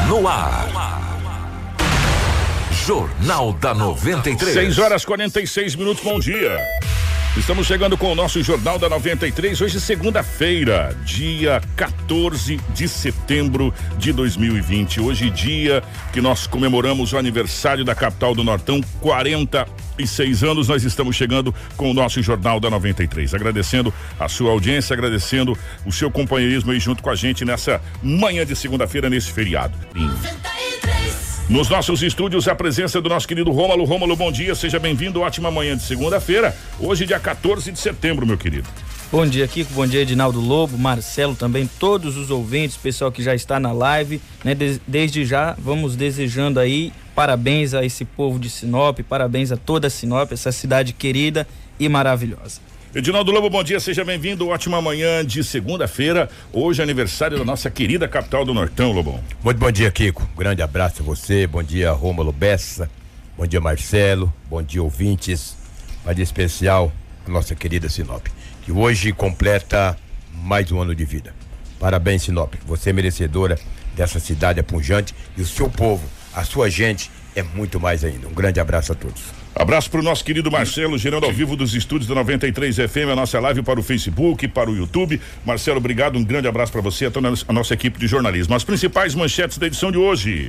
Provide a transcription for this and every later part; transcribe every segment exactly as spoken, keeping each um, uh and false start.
No ar. Jornal da noventa e três. seis horas e quarenta e seis minutos, bom dia. Estamos chegando com o nosso Jornal da noventa e três, hoje segunda-feira, dia quatorze de setembro de dois mil e vinte. Hoje dia que nós comemoramos o aniversário da capital do Nortão, quarenta e seis anos, nós estamos chegando com o nosso Jornal da noventa e três. Agradecendo a sua audiência, agradecendo o seu companheirismo aí junto com a gente nessa manhã de segunda-feira, nesse feriado. Nos nossos estúdios, a presença do nosso querido Rômulo. Rômulo, bom dia, seja bem-vindo, ótima manhã de segunda-feira, hoje dia quatorze de setembro, meu querido. Bom dia, Kiko, bom dia, Edinaldo Lobo, Marcelo também, todos os ouvintes, pessoal que já está na live, né? De, desde já, vamos desejando aí parabéns a esse povo de Sinop, parabéns a toda Sinop, essa cidade querida e maravilhosa. Edinaldo Lobo, bom dia, seja bem-vindo, ótima manhã de segunda-feira, hoje é aniversário da nossa querida capital do Nortão, Lobão. Muito bom dia, Kiko, grande abraço a você, bom dia, Rômulo Bessa, bom dia, Marcelo, bom dia, ouvintes, mas de especial a nossa querida Sinop, que hoje completa mais um ano de vida. Parabéns, Sinop, você é merecedora dessa cidade apunjante e o seu povo, a sua gente é muito mais ainda. Um grande abraço a todos. Abraço para o nosso querido Marcelo, gerando ao vivo dos estúdios da noventa e três F M, a nossa live para o Facebook, para o YouTube. Marcelo, obrigado, um grande abraço para você e a toda a nossa equipe de jornalismo. As principais manchetes da edição de hoje.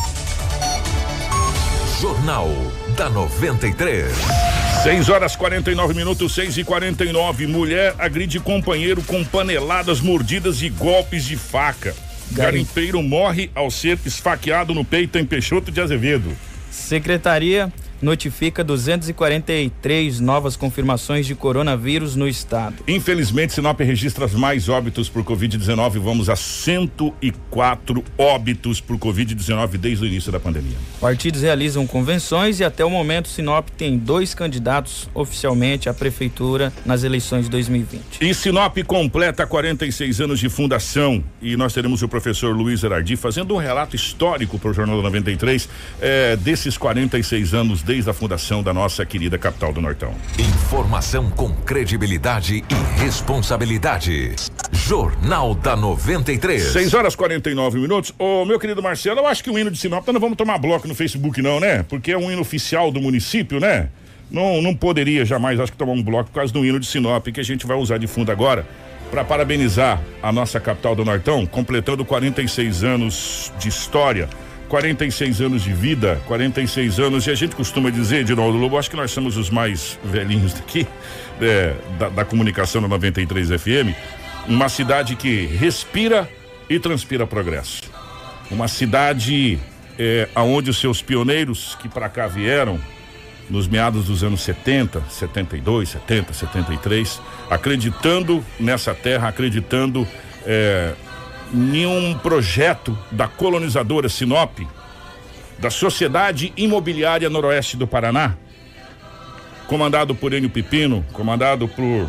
Jornal da noventa e três. seis horas e quarenta e nove minutos, seis e quarenta e nove. Mulher agride companheiro com paneladas, mordidas e golpes de faca. Garimpeiro morre ao ser esfaqueado no peito em Peixoto de Azevedo. Secretaria notifica duzentas e quarenta e três novas confirmações de coronavírus no estado. Infelizmente, Sinop registra mais óbitos por covid dezenove. Vamos a cento e quatro óbitos por covid dezenove desde o início da pandemia. Partidos realizam convenções e até o momento Sinop tem dois candidatos oficialmente à prefeitura nas eleições de dois mil e vinte. E Sinop completa quarenta e seis anos de fundação e nós teremos o professor Luiz Erardi fazendo um relato histórico para o Jornal da noventa e três eh, desses quarenta e seis anos desde a fundação da nossa querida capital do Nortão. Informação com credibilidade e responsabilidade. Jornal da noventa e três. seis horas e quarenta e nove minutos. Ô, meu querido Marcelo, eu acho que o hino de Sinop, nós não vamos tomar bloco no Facebook não, né? Porque é um hino oficial do município, né? Não, não poderia jamais, acho que tomar um bloco por causa do hino de Sinop, que a gente vai usar de fundo agora para parabenizar a nossa capital do Nortão, completando quarenta e seis anos de história. quarenta e seis anos de vida, quarenta e seis anos, e a gente costuma dizer, Edinaldo Lobo, acho que nós somos os mais velhinhos daqui, é, da, da comunicação da noventa e três F M, uma cidade que respira e transpira progresso. Uma cidade é, aonde os seus pioneiros que para cá vieram, nos meados dos anos setenta, setenta e dois, setenta, setenta e três, acreditando nessa terra, acreditando é, em um projeto da colonizadora Sinop, da Sociedade Imobiliária Noroeste do Paraná, comandado por Enio Pipino, comandado por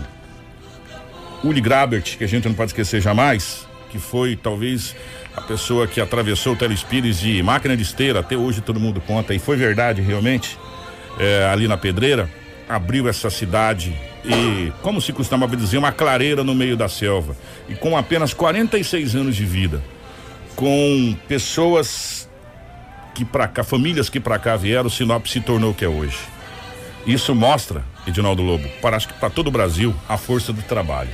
Uli Grabert, que a gente não pode esquecer jamais, que foi talvez a pessoa que atravessou o Telespires de máquina de esteira, até hoje todo mundo conta, e foi verdade realmente, é, ali na Pedreira, abriu essa cidade e, como se costumava dizer, uma clareira no meio da selva, e com apenas quarenta e seis anos de vida, com pessoas que pra cá, famílias que pra cá vieram, Sinop se tornou o que é hoje. Isso mostra, Edinaldo Lobo, para, acho que para todo o Brasil, a força do trabalho.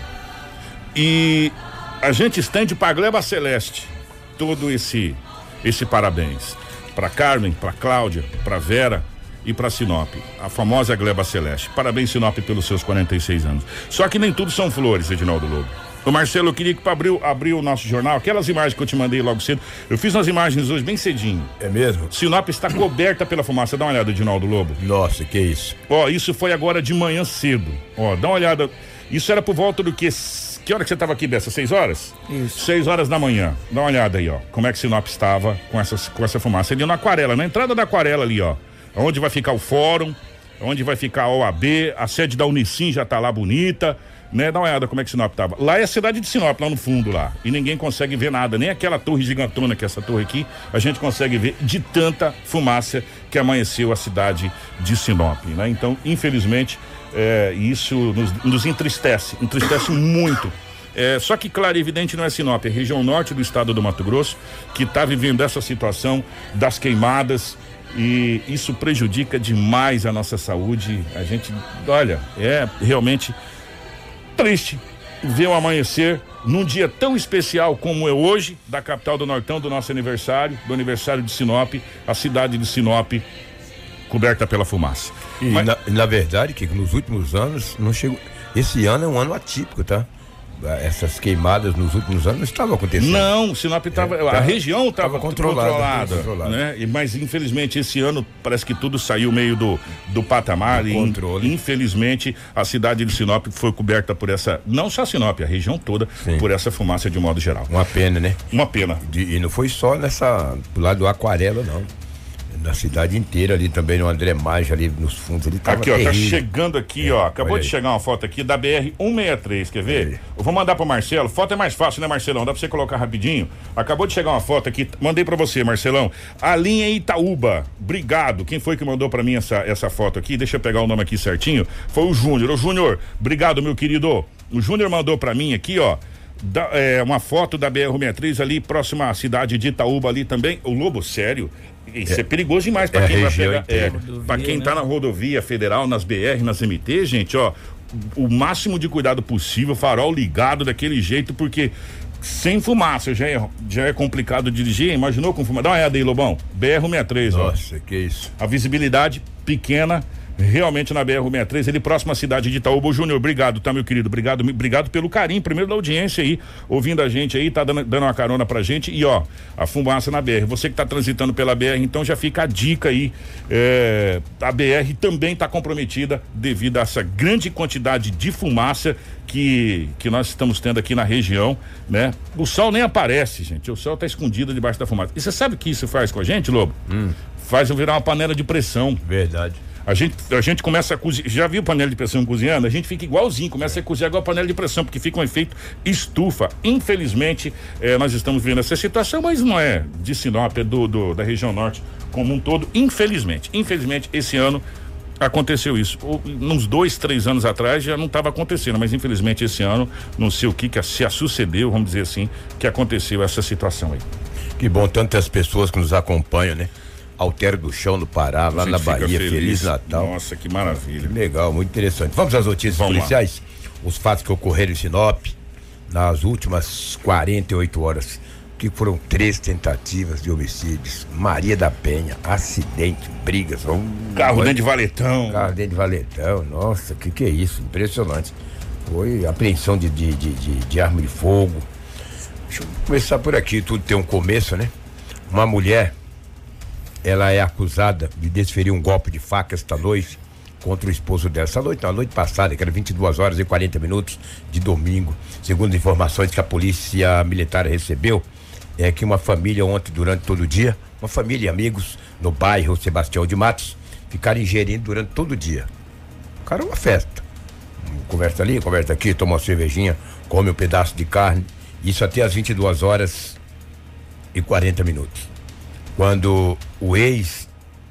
E a gente estende para a Gleba Celeste todo esse esse parabéns para Carmen, para Cláudia, para Vera e para Sinop, a famosa Gleba Celeste. Parabéns, Sinop, pelos seus quarenta e seis anos. Só que nem tudo são flores, Edinaldo Lobo. O Marcelo, eu queria que para abrir, abrir o nosso jornal, aquelas imagens que eu te mandei logo cedo, eu fiz umas imagens hoje bem cedinho. É mesmo? Sinop está coberta pela fumaça. Dá uma olhada, Edinaldo Lobo. Nossa, que isso? Ó, isso foi agora de manhã cedo. Ó, dá uma olhada. Isso era por volta do que? Que hora que você estava aqui dessa? Seis horas? Isso. Seis horas da manhã. Dá uma olhada aí, ó. Como é que Sinop estava com, essas, com essa fumaça. Ali na Aquarela, na entrada da Aquarela ali, ó. Onde vai ficar o fórum, onde vai ficar a O A B, a sede da Unicim já tá lá bonita, né? Dá uma olhada como é que Sinop tava. Lá é a cidade de Sinop, lá no fundo lá. E ninguém consegue ver nada, nem aquela torre gigantona que é essa torre aqui, a gente consegue ver de tanta fumaça que amanheceu a cidade de Sinop, né? Então, infelizmente, é, isso nos, nos entristece, entristece muito, É, só que, claro, evidente não é Sinop, é a região norte do estado do Mato Grosso que está vivendo essa situação das queimadas e isso prejudica demais a nossa saúde. A gente, olha, é realmente triste ver o amanhecer num dia tão especial como é hoje, da capital do Nortão, do nosso aniversário, do aniversário de Sinop, a cidade de Sinop coberta pela fumaça. E Mas, na, na verdade, que nos últimos anos não chegou. Esse ano é um ano atípico, tá? Essas queimadas nos últimos anos não estavam acontecendo. Não, Sinop estava, é, a região estava controlada, controlada, controlada. né? E, mas infelizmente esse ano parece que tudo saiu meio do, do patamar e controle. Infelizmente a cidade de Sinop foi coberta por essa, não só Sinop, a região toda, Sim. por essa fumaça de modo geral. Uma pena, né? Uma pena. De, e não foi só nessa, do lado do Aquarela, não. Na cidade inteira ali também, no André Maggi, ali nos fundos, ele tava Aqui, ó, terrível. tá chegando aqui, é, ó, acabou de chegar uma foto aqui da B R cento e sessenta e três, quer ver? Eu vou mandar pro Marcelo, foto é mais fácil, né, Marcelão? Dá pra você colocar rapidinho. Acabou de chegar uma foto aqui, mandei pra você, Marcelão. A linha Itaúba, obrigado. Quem foi que mandou pra mim essa, essa foto aqui? Deixa eu pegar o nome aqui certinho. Foi o Júnior. Ô, Júnior, obrigado, meu querido. O Júnior mandou pra mim aqui, ó, Da, é, uma foto da B R cento e sessenta e três ali, próxima à cidade de Itaúba ali também. O Lobo, sério, isso é, é perigoso demais pra é quem vai pegar. inteira. É, rodovia, pra quem né? tá na rodovia federal, nas B R, nas M T, gente, ó, o máximo de cuidado possível, farol ligado daquele jeito, porque sem fumaça já é, já é complicado dirigir. Imaginou com fumaça? Dá uma olhada aí, Lobão. B R cento e sessenta e três, ó. Nossa, que isso. A visibilidade pequena. Realmente na B R cento e sessenta e três, ele próximo à cidade de Itaúba. Ô, Júnior, obrigado, tá, meu querido? Obrigado, obrigado pelo carinho, primeiro da audiência aí, ouvindo a gente aí, tá dando, dando uma carona pra gente. E ó, a fumaça na B R. Você que tá transitando pela B R, então já fica a dica aí. É, a B R também tá comprometida devido a essa grande quantidade de fumaça que, que nós estamos tendo aqui na região, né? O sol nem aparece, gente. O sol tá escondido debaixo da fumaça. E você sabe o que isso faz com a gente, Lobo? Hum. Faz eu virar uma panela de pressão. Verdade. A gente, a gente começa a cozinhar, já viu panela de pressão cozinhando? A gente fica igualzinho, começa a cozinhar igual a panela de pressão, porque fica um efeito estufa. Infelizmente, eh, nós estamos vendo essa situação, mas não é de Sinop, é do, do, da região norte como um todo, infelizmente. Infelizmente, esse ano aconteceu isso. Uns dois, três anos atrás já não estava acontecendo, mas infelizmente esse ano, não sei o que que se sucedeu, vamos dizer assim, que aconteceu essa situação aí. Que bom, tantas pessoas que nos acompanham, né? Altero do Chão no Pará, lá na Bahia, feliz. Feliz Natal. Nossa, que maravilha. Legal, muito interessante. Vamos às notícias Vamos policiais? Lá. Os fatos que ocorreram em Sinop nas últimas quarenta e oito horas, que foram três tentativas de homicídios. Maria da Penha, acidente, brigas. Um... Carro dentro de valetão. Carro dentro de valetão, nossa, que que é isso? Impressionante. Foi apreensão de, de, de, de, de arma de fogo. Deixa eu começar por aqui, tudo tem um começo, né? Uma mulher, ela é acusada de desferir um golpe de faca esta noite contra o esposo dela. Essa noite, não, a noite passada, que era vinte e duas horas e quarenta minutos de domingo. Segundo informações que a polícia militar recebeu, é que uma família ontem, durante todo o dia, uma família e amigos no bairro Sebastião de Matos, ficaram ingerindo durante todo o dia. Ficaram uma festa. Conversa ali, conversa aqui, toma uma cervejinha, come um pedaço de carne. Isso até às vinte e duas horas e quarenta minutos. Quando o ex,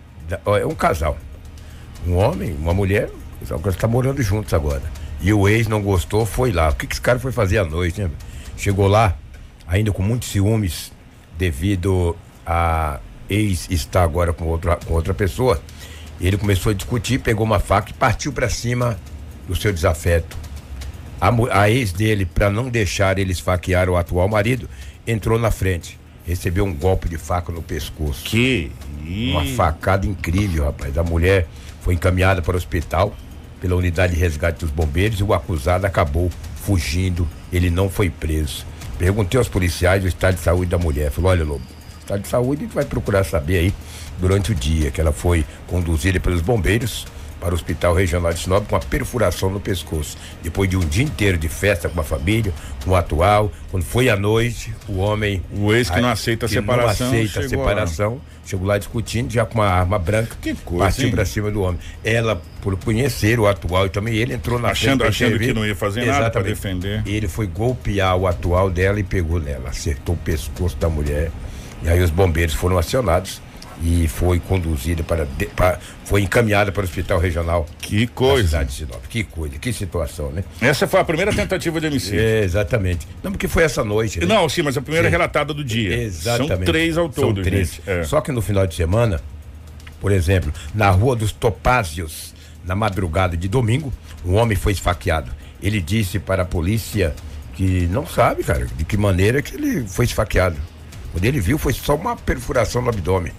é um casal, um homem, uma mulher, o está morando juntos agora. E o ex não gostou, foi lá. O que, que esse cara foi fazer à noite, né? Chegou lá, ainda com muitos ciúmes, devido a ex estar agora com outra, com outra pessoa. Ele começou a discutir, pegou uma faca e partiu para cima do seu desafeto. A, a ex dele, para não deixar ele esfaquear o atual marido, entrou na frente. Recebeu um golpe de faca no pescoço. Que? Uma facada incrível, rapaz. A mulher foi encaminhada para o hospital pela unidade de resgate dos bombeiros e o acusado acabou fugindo. Ele não foi preso. Perguntei aos policiais o estado de saúde da mulher. Falou: olha, Lobo, estado de saúde a gente vai procurar saber aí durante o dia, que ela foi conduzida pelos bombeiros para o Hospital Regional de Sinop com uma perfuração no pescoço. Depois de um dia inteiro de festa com a família, com o atual, quando foi à noite, o homem... O ex que aí, não aceita a separação. Não aceita a separação, lá. Chegou lá discutindo, já com uma arma branca, que coisa, partiu para cima do homem. Ela, por conhecer o atual e também ele, entrou na achando, frente. Achando que não ia fazer Exatamente. Nada para defender. Ele foi golpear o atual dela e pegou nela, acertou o pescoço da mulher. E aí os bombeiros foram acionados e foi conduzida para, de, para foi encaminhada para o Hospital Regional. Que coisa. Da cidade de Sinop. Que coisa, que situação, né? Essa foi a primeira tentativa de homicídio. É, exatamente. Não, porque foi essa noite, né? Não, sim, mas a primeira sim. relatada do dia. Exatamente. São três ao todo, São três. gente. É. Só que no final de semana, por exemplo, na Rua dos Topázios, na madrugada de domingo, um homem foi esfaqueado. Ele disse para a polícia que não sabe, cara, de que maneira que ele foi esfaqueado. Quando ele viu, foi só uma perfuração no abdômen.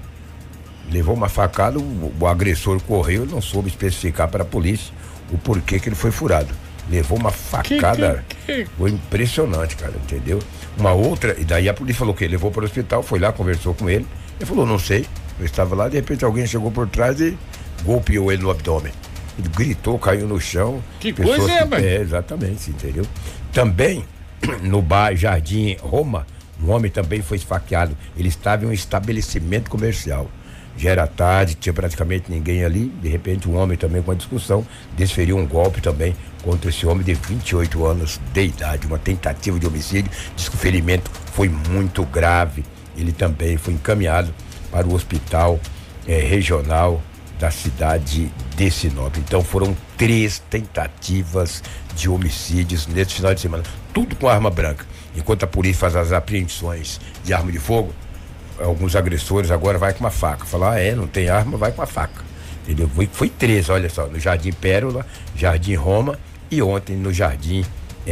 Levou uma facada, o, o agressor correu, não soube especificar para a polícia o porquê que ele foi furado. Levou uma facada, que, que, que... foi impressionante, cara, entendeu? Uma outra, e daí a polícia falou que ele levou para o hospital, foi lá, conversou com ele. Ele falou, não sei, eu estava lá, de repente alguém chegou por trás e golpeou ele no abdômen. Ele gritou, caiu no chão. Que coisa é, mano? É, exatamente, entendeu? Também, no bar Jardim Roma, um homem também foi esfaqueado. Ele estava em um estabelecimento comercial. Já era tarde, tinha praticamente ninguém ali. De repente, um homem também com a discussão desferiu um golpe também contra esse homem de vinte e oito anos de idade. Uma tentativa de homicídio. Diz que o ferimento foi muito grave. Ele também foi encaminhado para o hospital eh, regional da cidade de Sinop. Então foram três tentativas de homicídios nesse final de semana, tudo com arma branca. Enquanto a polícia faz as apreensões de arma de fogo, alguns agressores agora vai com uma faca. Falar, ah, é, não tem arma, vai com a faca. Entendeu? Foi, foi três, olha só, no Jardim Pérola, Jardim Roma e ontem no Jardim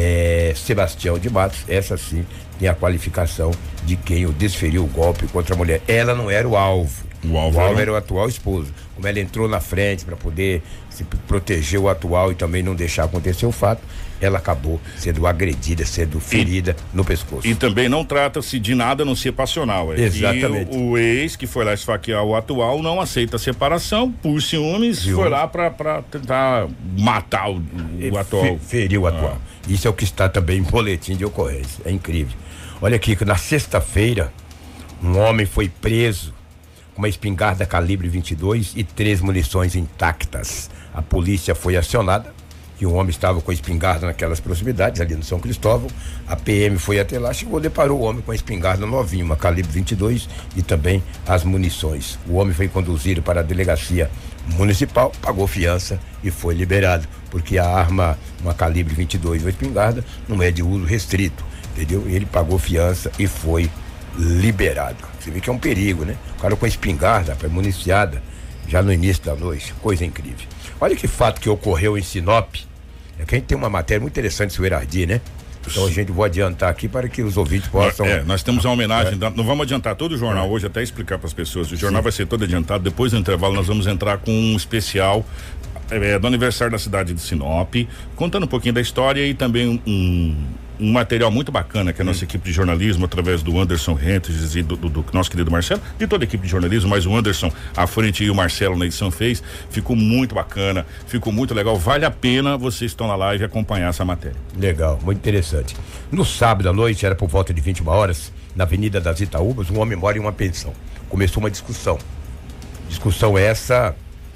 é, Sebastião de Matos. Essa sim tem a qualificação de quem o desferiu o golpe contra a mulher. Ela não era o alvo. O alvo, o alvo era o atual esposo. Como ela entrou na frente para poder se proteger o atual e também não deixar acontecer o fato, ela acabou sendo agredida, sendo ferida e, no pescoço. E também não trata-se de nada a não ser passional. É. Exatamente. E o, o ex que foi lá esfaquear o atual não aceita a separação, por ciúmes, Ciúme. foi lá para tentar matar o, o atual. Feriu o atual. Ah. Isso é o que está também em boletim de ocorrência. É incrível. Olha aqui, que na sexta-feira, um homem foi preso com uma espingarda calibre vinte e dois e três munições intactas. A polícia foi acionada, que o homem estava com a espingarda naquelas proximidades, ali no São Cristóvão. A P M foi até lá, chegou, deparou o homem com a espingarda novinha, uma calibre vinte e dois e também as munições. O homem foi conduzido para a delegacia municipal, pagou fiança e foi liberado, porque a arma, uma calibre vinte e dois, uma espingarda, não é de uso restrito, entendeu? Ele pagou fiança e foi liberado. Você vê que é um perigo, né? O cara com a espingarda, foi municiada já no início da noite, coisa incrível. Olha que fato que ocorreu em Sinop. É que a gente tem uma matéria muito interessante sobre o Erardi, né? Então a gente vai adiantar aqui para que os ouvintes possam... É, nós temos uma homenagem, é. Não vamos adiantar todo o jornal é. hoje, até explicar para as pessoas. O jornal Sim. vai ser todo adiantado, depois do intervalo nós vamos entrar com um especial é, do aniversário da cidade de Sinop, contando um pouquinho da história e também um, um material muito bacana que a nossa hum. equipe de jornalismo, através do Anderson Rentes e do, do, do nosso querido Marcelo, de toda a equipe de jornalismo, mas o Anderson à frente e o Marcelo na edição fez, ficou muito bacana, ficou muito legal, vale a pena vocês estão na live acompanhar essa matéria. Legal, muito interessante. No sábado à noite, era por volta de vinte e uma horas, na Avenida das Itaúbas, um homem mora em uma pensão. Começou uma discussão. Discussão essa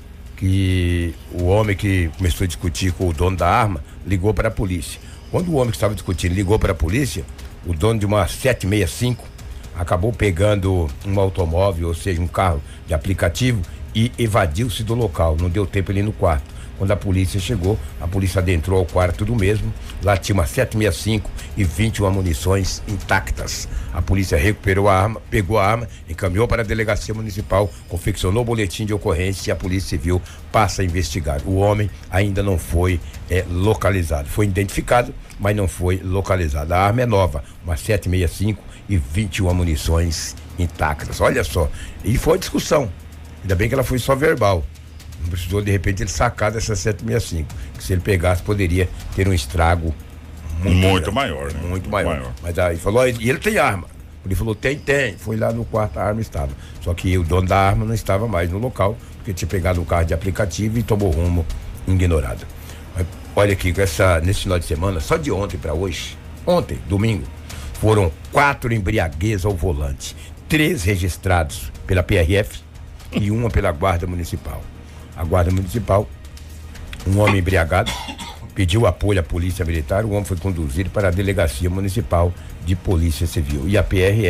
que o homem que começou a discutir com o dono da arma ligou para a polícia. Quando o homem que estava discutindo ligou para a polícia, o dono de uma sete sessenta e cinco acabou pegando um automóvel, ou seja, um carro de aplicativo, e evadiu-se do local. Não deu tempo ele ir no quarto. Quando a polícia chegou, a polícia adentrou ao quarto do mesmo. Lá tinha uma sete sessenta e cinco e vinte e uma munições intactas. A polícia recuperou a arma, pegou a arma, encaminhou para a delegacia municipal, confeccionou o boletim de ocorrência e a Polícia Civil passa a investigar. O homem ainda não foi é, localizado. Foi identificado, mas não foi localizado. A arma é nova, uma sete sessenta e cinco e vinte e uma munições intactas. Olha só, e foi discussão. Ainda bem que ela foi só verbal. Não precisou, de repente, ele sacar dessa sete sessenta e cinco. Que se ele pegasse, poderia ter um estrago muito, muito maior, né? Muito maior. maior. Mas aí falou, e ele tem arma. Ele falou, tem, tem. Foi lá no quarto, a arma estava. Só que o dono da arma não estava mais no local, porque tinha pegado um carro de aplicativo e tomou rumo ignorado. Mas, olha aqui, essa, nesse final de semana, só de ontem para hoje, ontem, domingo, foram quatro embriaguez ao volante. Três registrados pela P R F e uma pela Guarda Municipal. A Guarda Municipal, um homem embriagado, pediu apoio à Polícia Militar, o homem foi conduzido para a Delegacia Municipal de Polícia Civil. E a P R F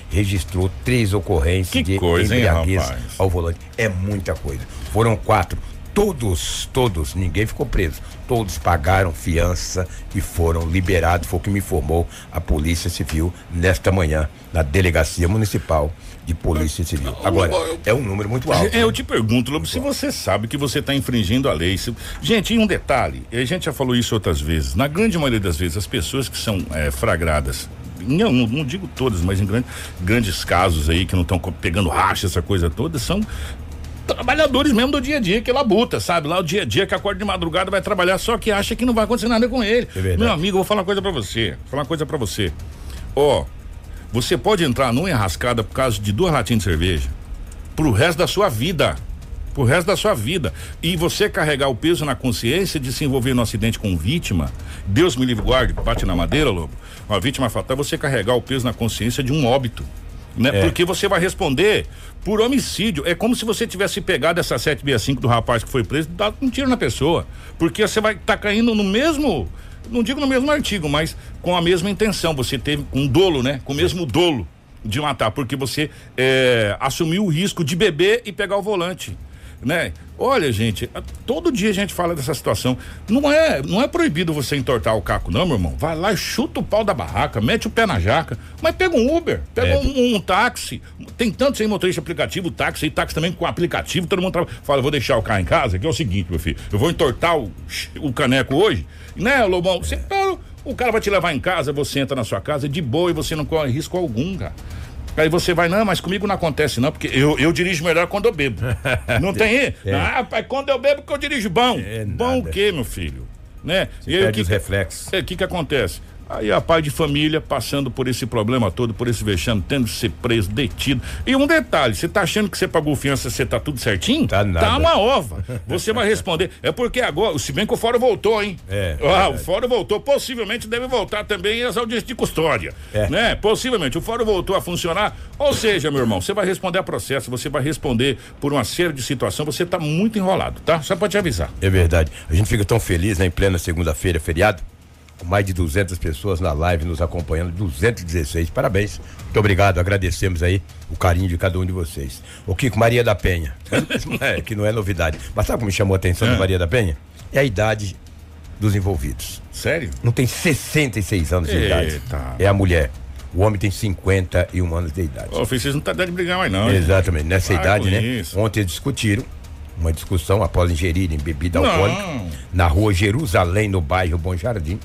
registrou três ocorrências que de coisa, embriaguez hein, ao volante. É muita coisa. Foram quatro. Todos, todos, ninguém ficou preso. Todos pagaram fiança e foram liberados. Foi o que me informou a Polícia Civil nesta manhã, na Delegacia Municipal de Polícia Civil. Agora, é um número muito alto. Eu te pergunto, Lobo, se você sabe que você está infringindo a lei. Se... Gente, e um detalhe, a gente já falou isso outras vezes. Na grande maioria das vezes, as pessoas que são é, flagradas, não, não, não digo todas, mas em grande, grandes casos aí, que não estão pegando racha, essa coisa toda, são trabalhadores mesmo do dia a dia, que labuta, sabe? Lá o dia a dia que acorda de madrugada vai trabalhar, só que acha que não vai acontecer nada com ele. É Meu amigo, eu vou falar uma coisa pra você. Vou falar uma coisa pra você. Ó, você pode entrar numa enrascada por causa de duas latinhas de cerveja pro resto da sua vida. Pro resto da sua vida. E você carregar o peso na consciência de se envolver num acidente com vítima, Deus me livre guarde, bate na madeira, Lobo. Uma vítima fatal, você carregar o peso na consciência de um óbito. Né? É. Porque você vai responder por homicídio. É como se você tivesse pegado essa sete sessenta e cinco do rapaz que foi preso e dado um tiro na pessoa. Porque você vai estar tá caindo no mesmo, não digo no mesmo artigo, mas com a mesma intenção. Você teve um dolo, né? Com o mesmo dolo de matar, porque você é, assumiu o risco de beber e pegar o volante. Né? Olha, gente, todo dia a gente fala dessa situação. Não é, não é proibido você entortar o caco, não, meu irmão. Vai lá e chuta o pau da barraca, mete o pé na jaca, mas pega um Uber, pega é. um, um táxi. Tem tantos aí motorista aplicativo, táxi e táxi também com aplicativo, todo mundo trabalha. Fala, vou deixar o carro em casa, que é o seguinte, meu filho, eu vou entortar o, o caneco hoje, né, Lobão? Você, é. O cara vai te levar em casa, você entra na sua casa de boa e você não corre risco algum, cara. Aí você vai, não, mas comigo não acontece não, porque eu, eu dirijo melhor quando eu bebo. Não tem? É. Ah, pai, quando eu bebo que eu dirijo bom. É bom o quê, meu filho? Né? E aí, que, os reflexos. É, o que que acontece? Aí a pai de família passando por esse problema todo, por esse vexame, tendo que ser preso, detido. E um detalhe, você tá achando que você pagou fiança, você tá tudo certinho? Tá nada. Tá uma ova. Você vai responder. É porque agora, se bem que o fórum voltou, hein? É. Ah, o fórum voltou. Possivelmente deve voltar também as audiências de custódia. É. Né? Possivelmente. O fórum voltou a funcionar. Ou seja, meu irmão, você vai responder a processo, você vai responder por uma série de situações, você tá muito enrolado, tá? Só pra te avisar. É verdade. A gente fica tão feliz, né? Em plena segunda-feira, feriado. Com mais de duzentas pessoas na live nos acompanhando, duzentos e dezesseis, parabéns, muito obrigado, agradecemos aí o carinho de cada um de vocês. O Kiko, Maria da Penha, é, que não é novidade, mas sabe como me chamou a atenção é. de Maria da Penha? É a idade dos envolvidos. Sério? Não tem sessenta e seis anos de Eita. idade, é a mulher. O homem tem cinquenta e um anos de idade. Ô, filho, vocês não tá dando de brigar mais não. Exatamente, hein? Nessa ah, idade, né? Isso. Ontem eles discutiram, uma discussão após ingerirem bebida não. alcoólica na rua Jerusalém, no bairro Bom Jardim.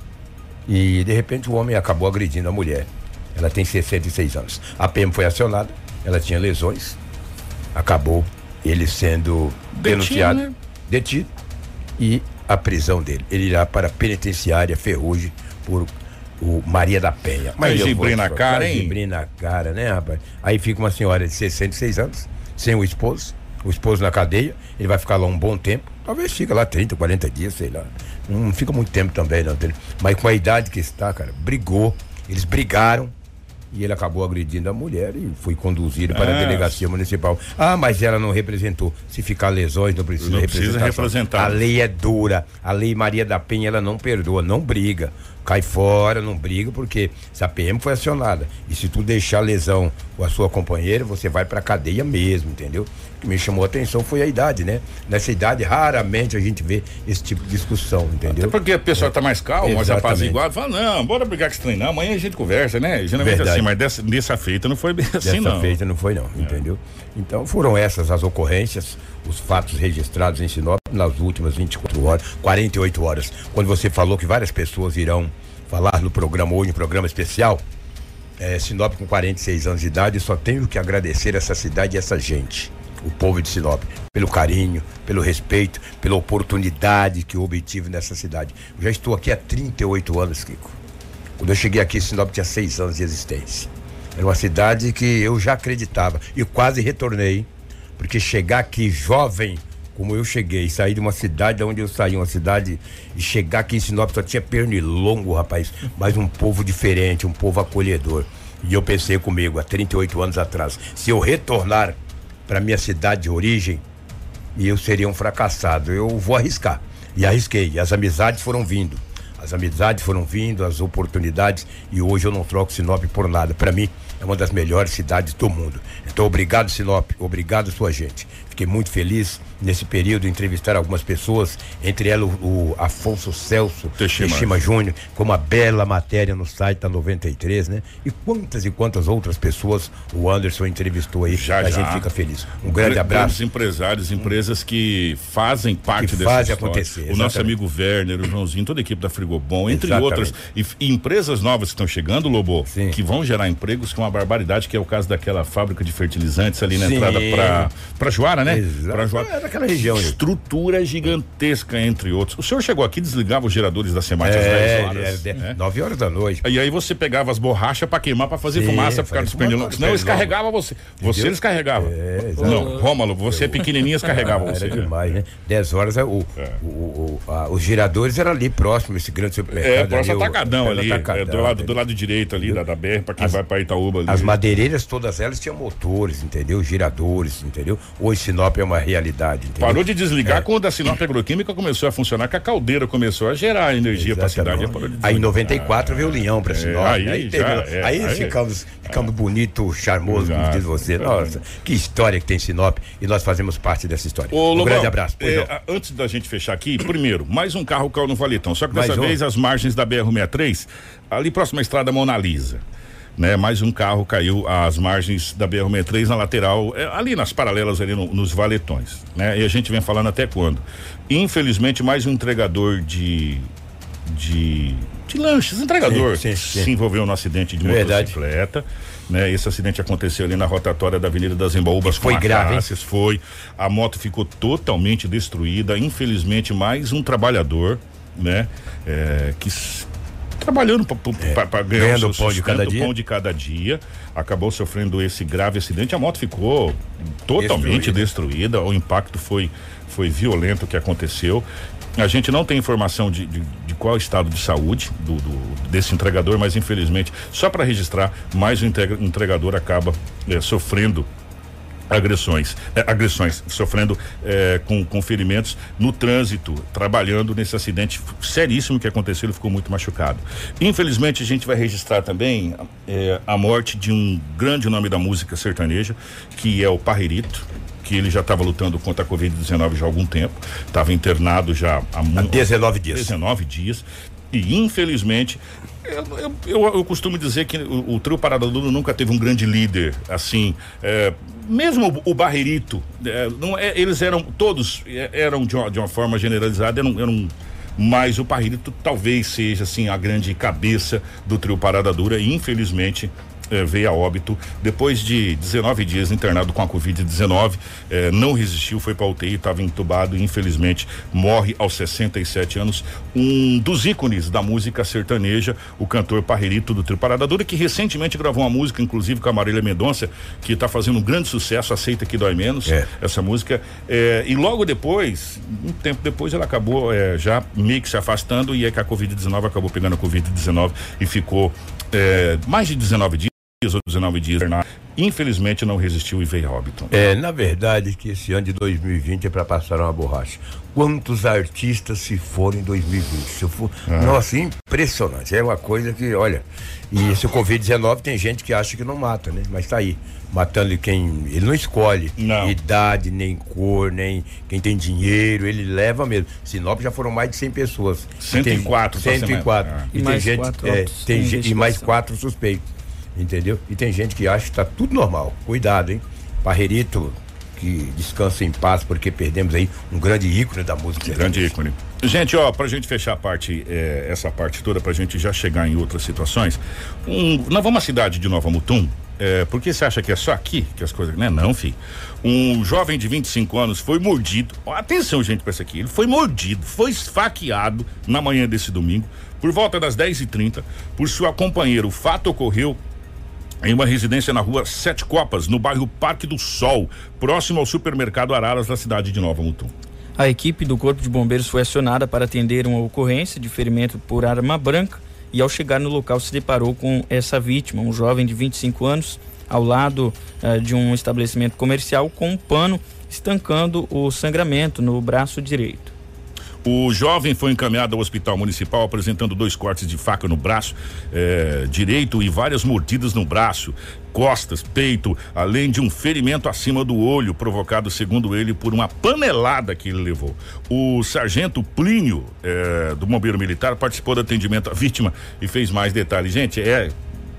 E de repente o homem acabou agredindo a mulher. Ela tem sessenta e seis anos. A P M foi acionada, ela tinha lesões, acabou ele sendo detido, denunciado, né? detido, e a prisão dele. Ele irá para a penitenciária Ferrugem por o Maria da Penha. Mas gibrim na cara, hein? Gibrim na cara, né, rapaz? Aí fica uma senhora de sessenta e seis anos, sem o esposo, o esposo na cadeia, ele vai ficar lá um bom tempo, talvez fica lá trinta, quarenta dias, sei lá. Não fica muito tempo também, não. Mas com a idade que está, cara, brigou, eles brigaram e ele acabou agredindo a mulher e foi conduzido para é. a delegacia municipal. Ah, mas ela não representou. Se ficar lesões, não precisa não representar. Precisa representar. A lei é dura. A lei Maria da Penha, ela não perdoa, não briga. Cai fora, não briga, porque se a P M foi acionada e se tu deixar lesão com a sua companheira, você vai pra cadeia mesmo, entendeu? O que me chamou a atenção foi a idade, né? Nessa idade, raramente a gente vê esse tipo de discussão, entendeu? Até porque a pessoa é. tá mais calma, mais apaziguada, fala, não, bora brigar com esse trem, não, amanhã a gente conversa, né? Geralmente Verdade. assim, mas dessa, dessa feita não foi bem assim, dessa não. Dessa feita não foi, não, é. entendeu? Então foram essas as ocorrências, os fatos registrados em Sinop nas últimas vinte e quatro horas, quarenta e oito horas. Quando você falou que várias pessoas irão falar no programa hoje, um programa especial, é, Sinop com quarenta e seis anos de idade, só tenho que agradecer essa cidade e essa gente, o povo de Sinop, pelo carinho, pelo respeito, pela oportunidade que eu obtive nessa cidade. Eu já estou aqui há trinta e oito anos, Kiko. Quando eu cheguei aqui, Sinop tinha seis anos de existência. Era uma cidade que eu já acreditava e quase retornei, porque chegar aqui jovem, como eu cheguei, saí de uma cidade de onde eu saí, uma cidade, e chegar aqui em Sinop só tinha pernilongo, rapaz, mas um povo diferente, um povo acolhedor. E eu pensei comigo, há trinta e oito anos atrás, se eu retornar para minha cidade de origem, eu seria um fracassado, eu vou arriscar. E arrisquei, e as amizades foram vindo, as amizades foram vindo, as oportunidades, e hoje eu não troco Sinop por nada. Para mim, é uma das melhores cidades do mundo. Então, obrigado, Sinop, obrigado, sua gente. Fiquei muito feliz nesse período de entrevistar algumas pessoas, entre elas o, o Afonso Celso Teixeira, Teixeira Júnior, com uma bela matéria no site da noventa e três, né? E quantas e quantas outras pessoas o Anderson entrevistou aí, já, a já. gente fica feliz. Um grande Grandes abraço. empresários, empresas que fazem parte que dessa fazem história. acontecer. O Exatamente. nosso amigo Werner, o Joãozinho, toda a equipe da Frigobom, entre Exatamente. outras. E, e empresas novas que estão chegando, Lobo, Sim. que vão gerar empregos com uma barbaridade, que é o caso daquela fábrica de fertilizantes ali na Sim. entrada pra, pra Joara, né? Exato. Pra Joara. É daquela região aí. Estrutura gigantesca, entre outros. O senhor chegou aqui e desligava os geradores da Semate às É, dez horas. é, de- né? nove horas da noite. E aí você pegava as borrachas pra queimar, pra fazer Sim, fumaça, ficar fazer desprendendo. fumaça, Senão eles perdão. carregavam você. Você eles carregavam. É, exato. Não, Rômulo, você é pequenininho, eles carregavam Ah, você. era demais, né? dez horas, é, o, É. o, o, a- os giradores eram ali próximo, esse grande supermercado. É, próximo ali, o- atacadão perto do ali, atacadão, é, do, lado, do entendeu? lado direito ali da, da B R, pra quem As- vai pra Itaúba ali. As madeireiras, todas elas tinham motores, entendeu? Giradores, entendeu? Hoje Sinop é uma realidade, entendeu? Parou de desligar É. quando a Sinop Agroquímica começou a funcionar, que a caldeira começou a gerar energia pra cidade. Exatamente. Parou de Aí em desligar. noventa e quatro veio o Leão pra É, Sinop. aí aí já, teve- é, aí aí- ficamos, ficamos bonito, charmoso, como Exato. diz você. Nossa, que história que tem Sinop e nós fazemos parte dessa história. Ô, um Lobão, grande abraço. Pois é, não. a- antes da gente fechar aqui, primeiro, mais um carro caiu no valetão, só que Mais dessa um? vez as margens da B R sessenta e três, ali próxima à estrada Mona Lisa. Né, mais um carro caiu às margens da B R sessenta e três na lateral, é, ali nas paralelas, ali no, nos valetões, né? E a gente vem falando até quando. Infelizmente, mais um entregador de de, de lanches, entregador, Sim, sim, sim. se envolveu no acidente de Verdade. motocicleta, né? Esse acidente aconteceu ali na rotatória da Avenida das Embaúbas. Foi com grave, hein? Acácias, foi. A moto ficou totalmente destruída. Infelizmente, mais um trabalhador, né? É, que s- trabalhando para ganhar ganhando o o seu pão de cada sustento, o dia. pão de cada dia, acabou sofrendo esse grave acidente. A moto ficou totalmente Destruída. destruída. O impacto foi foi violento que aconteceu. A gente não tem informação de, de, de qual estado de saúde do, do- desse entregador, mas infelizmente, só para registrar, mais um integra- entregador acaba eh, sofrendo agressões, eh, agressões, sofrendo eh, com, com ferimentos no trânsito, trabalhando nesse acidente seríssimo que aconteceu. Ele ficou muito machucado. Infelizmente, a gente vai registrar também eh, a morte de um grande nome da música sertaneja, que é o Parrerito, que ele já estava lutando contra a covid dezenove já há algum tempo, estava internado já há, Há mu- dezenove dias. dezenove dias. E infelizmente, eu, eu, eu, eu costumo dizer que o, o trio Parada Dura nunca teve um grande líder, assim, é, mesmo o, o Barrerito, é, não é, eles eram, todos é, eram de uma, de uma forma generalizada, eram, eram mas o Parrerito talvez seja, assim, a grande cabeça do trio Parada Dura e infelizmente eh, veio a óbito depois de dezenove dias internado com a covid dezenove, eh, não resistiu, foi para U T I, estava entubado e infelizmente morre aos sessenta e sete anos, um dos ícones da música sertaneja, o cantor Parrerito do trio Parada Dura, que recentemente gravou uma música, inclusive com a Marília Mendonça, que está fazendo um grande sucesso, Aceita que Dói Menos, É. essa música, eh, e logo depois, um tempo depois, ela acabou eh, já meio que se afastando, e é que a covid dezenove acabou pegando a covid dezenove e ficou eh, mais de dezenove dias ou dezenove dias, infelizmente não resistiu e veio a óbito. É, na verdade, que esse ano de dois mil e vinte é para passar uma borracha. Quantos artistas se foram em dois mil e vinte? Se eu for... Ah. Nossa, impressionante. É uma coisa que, olha, e esse covid dezenove tem gente que acha que não mata, né? Mas tá aí, matando quem ele não escolhe Não. idade, nem cor, nem quem tem dinheiro, ele leva mesmo. Sinop já foram mais de cem pessoas. cento e quatro Tem, pra cento e quatro. semana. E E, tem mais gente, quatro é, autos tem em gente, e mais investigação. quatro suspeitos. Entendeu? E tem gente que acha que tá tudo normal. Cuidado, hein? Parrerito, que descansa em paz, porque perdemos aí um grande ícone da música. Grande sertaneja. ícone. Gente, ó, pra gente fechar a parte, eh, essa parte toda, pra gente já chegar em outras situações. Um, nós vamos à cidade de Nova Mutum. É, porque você acha que é só aqui que as coisas. Não é não, filho. Um jovem de vinte e cinco anos foi mordido. Ó, atenção, gente, pra isso aqui. Ele foi mordido, foi esfaqueado na manhã desse domingo, por volta das dez e trinta, por sua companheira. O fato ocorreu em uma residência na rua Sete Copas, no bairro Parque do Sol, próximo ao supermercado Araras da cidade de Nova Mutum. A equipe do Corpo de Bombeiros foi acionada para atender uma ocorrência de ferimento por arma branca e, ao chegar no local, se deparou com essa vítima, um jovem de vinte e cinco anos, ao lado eh, de um estabelecimento comercial com um pano estancando o sangramento no braço direito. O jovem foi encaminhado ao hospital municipal apresentando dois cortes de faca no braço eh, direito e várias mordidas no braço, costas, peito, além de um ferimento acima do olho provocado, segundo ele, por uma panelada que ele levou. O sargento Plínio, eh, do Bombeiro Militar, participou do atendimento à vítima e fez mais detalhes. Gente, é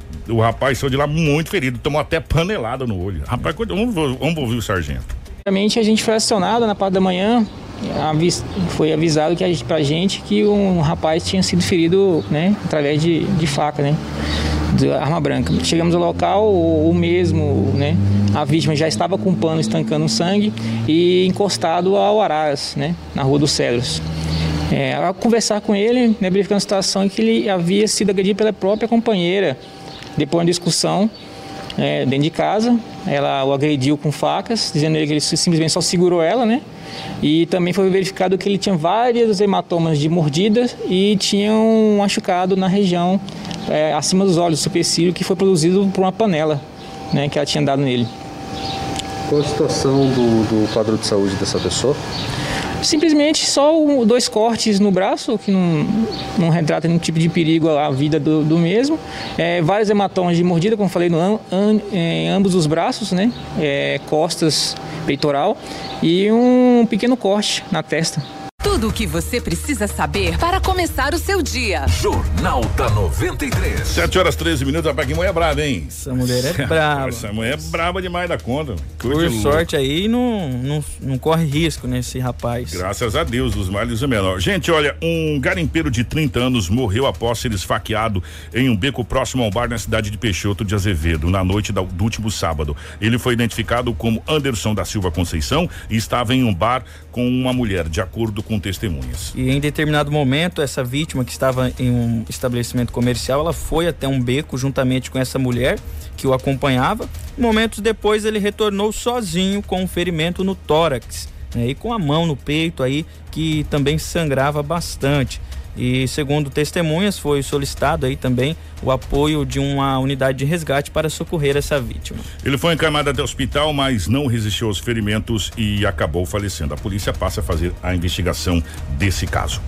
o rapaz saiu de lá muito ferido, tomou até panelada no olho. Rapaz, vamos, vamos ouvir o sargento. A gente foi acionado na parte da manhã, avis, foi avisado que a gente, pra gente que um rapaz tinha sido ferido, né, através de, de faca, né, de arma branca. Chegamos ao local, o, o mesmo, né, a vítima já estava com um pano estancando sangue e encostado ao Aras, né, na Rua dos Cedros. É, ao conversar com ele, né, verificando a situação que ele havia sido agredido pela própria companheira. Depois de uma discussão, É, dentro de casa, ela o agrediu com facas, dizendo que ele simplesmente só segurou ela, né? E também foi verificado que ele tinha vários hematomas de mordidas e tinha um machucado na região é, acima dos olhos, do supercílio, que foi produzido por uma panela, né, que ela tinha dado nele. Qual a situação do, do quadro de saúde dessa pessoa? Simplesmente só um, dois cortes no braço, que não, não retrata nenhum tipo de perigo à vida do, do mesmo. É, vários hematomas de mordida, como falei, no, an, em ambos os braços, né? É, costas, peitoral e um pequeno corte na testa. Tudo o que você precisa saber para começar o seu dia. Jornal da noventa e três. sete horas treze minutos, rapaz, que mulher é brava, hein? Essa mulher é brava. Essa mulher é brava demais da conta. Por sorte aí, não, não, não corre risco nesse rapaz. Graças a Deus, os males o menor. Gente, olha, um garimpeiro de trinta anos morreu após ser esfaqueado em um beco próximo ao bar na cidade de Peixoto de Azevedo, na noite do, do último sábado. Ele foi identificado como Anderson da Silva Conceição e estava em um bar com uma mulher, de acordo com testemunhas. E em determinado momento, essa vítima que estava em um estabelecimento comercial, ela foi até um beco juntamente com essa mulher que o acompanhava. Momentos depois, ele retornou sozinho com um ferimento no tórax, né, e com a mão no peito aí, que também sangrava bastante. E segundo testemunhas, foi solicitado aí também o apoio de uma unidade de resgate para socorrer essa vítima. Ele foi encaminhado até o hospital, mas não resistiu aos ferimentos e acabou falecendo. A polícia passa a fazer a investigação desse caso.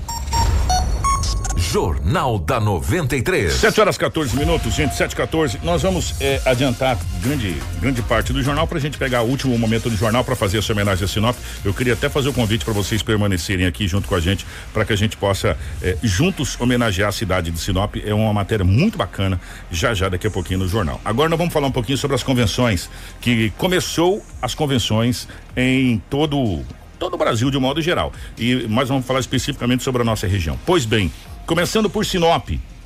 Jornal da noventa e três. sete horas quatorze minutos, gente, sete e quatorze. Nós vamos é, adiantar grande, grande parte do jornal pra gente pegar o último momento do jornal para fazer essa homenagem a Sinop. Eu queria até fazer o convite para vocês permanecerem aqui junto com a gente, para que a gente possa é, juntos homenagear a cidade de Sinop. É uma matéria muito bacana, já já daqui a pouquinho no jornal. Agora nós vamos falar um pouquinho sobre as convenções, que começou as convenções em todo todo o Brasil de um modo geral. E mas vamos falar especificamente sobre a nossa região. Pois bem, começando por Sinop,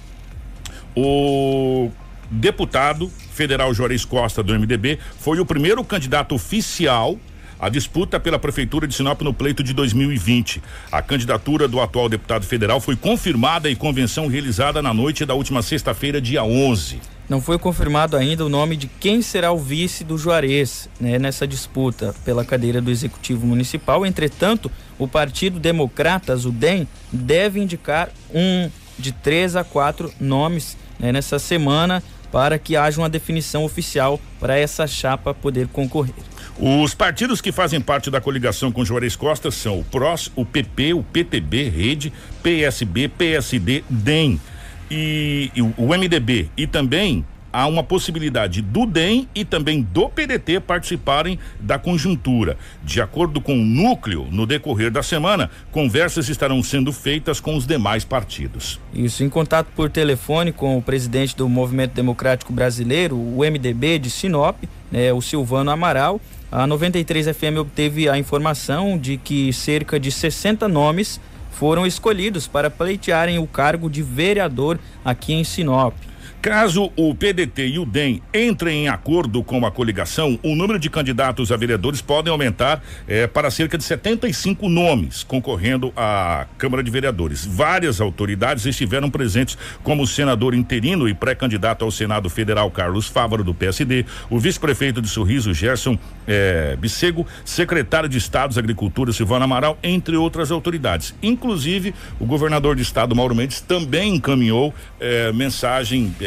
o deputado federal Juarez Costa, do M D B, foi o primeiro candidato oficial à disputa pela prefeitura de Sinop no pleito de dois mil e vinte. A candidatura do atual deputado federal foi confirmada em convenção realizada na noite da última sexta-feira, dia onze. Não foi confirmado ainda o nome de quem será o vice do Juarez, né, nessa disputa pela cadeira do Executivo Municipal. Entretanto, o Partido Democratas, o D E M, deve indicar um de três a quatro nomes, né, nessa semana, para que haja uma definição oficial para essa chapa poder concorrer. Os partidos que fazem parte da coligação com Juarez Costa são o P R O S, o P P, o P T B, Rede, P S B, P S D, D E M e, e o M D B. E também há uma possibilidade do D E M e também do P D T participarem da conjuntura. De acordo com o núcleo, no decorrer da semana, conversas estarão sendo feitas com os demais partidos. Isso, em contato por telefone com o presidente do Movimento Democrático Brasileiro, o M D B de Sinop, né, o Silvano Amaral, a noventa e três F M obteve a informação de que cerca de sessenta nomes foram escolhidos para pleitearem o cargo de vereador aqui em Sinop. Caso o P D T e o D E M entrem em acordo com a coligação, o número de candidatos a vereadores podem aumentar eh, para cerca de setenta e cinco nomes concorrendo à Câmara de Vereadores. Várias autoridades estiveram presentes, como o senador interino e pré-candidato ao Senado Federal Carlos Fávaro, do P S D, o vice-prefeito de Sorriso Gerson eh, Bissego, secretário de Estado de Agricultura Silvano Amaral, entre outras autoridades. Inclusive, o governador de estado Mauro Mendes também encaminhou eh, mensagem eh,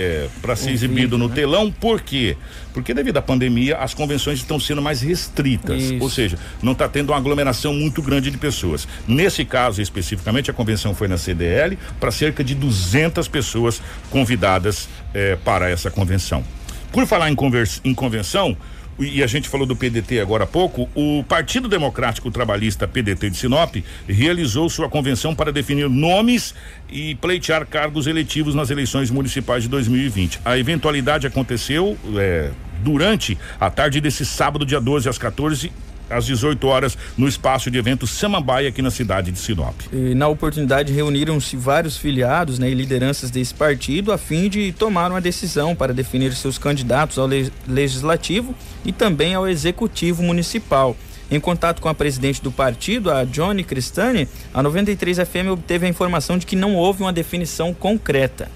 é, para ser um exibido vídeo, no né? telão. Por quê? Porque devido à pandemia as convenções estão sendo mais restritas. Isso. Ou seja, não está tendo uma aglomeração muito grande de pessoas. Nesse caso especificamente, a convenção foi na C D L para cerca de duzentas pessoas convidadas é, para essa convenção. Por falar em, convers, em convenção, e a gente falou do P D T agora há pouco, o Partido Democrático Trabalhista P D T de Sinop realizou sua convenção para definir nomes e pleitear cargos eletivos nas eleições municipais de dois mil e vinte. A eventualidade aconteceu é, durante a tarde desse sábado, dia doze, às quatorze às dezoito horas, no espaço de eventos Samambaia, aqui na cidade de Sinop. E na oportunidade reuniram-se vários filiados, né, e lideranças desse partido a fim de tomar uma decisão para definir seus candidatos ao le- legislativo e também ao executivo municipal. Em contato com a presidente do partido, a Johnny Cristani, a noventa e três F M obteve a informação de que não houve uma definição concreta.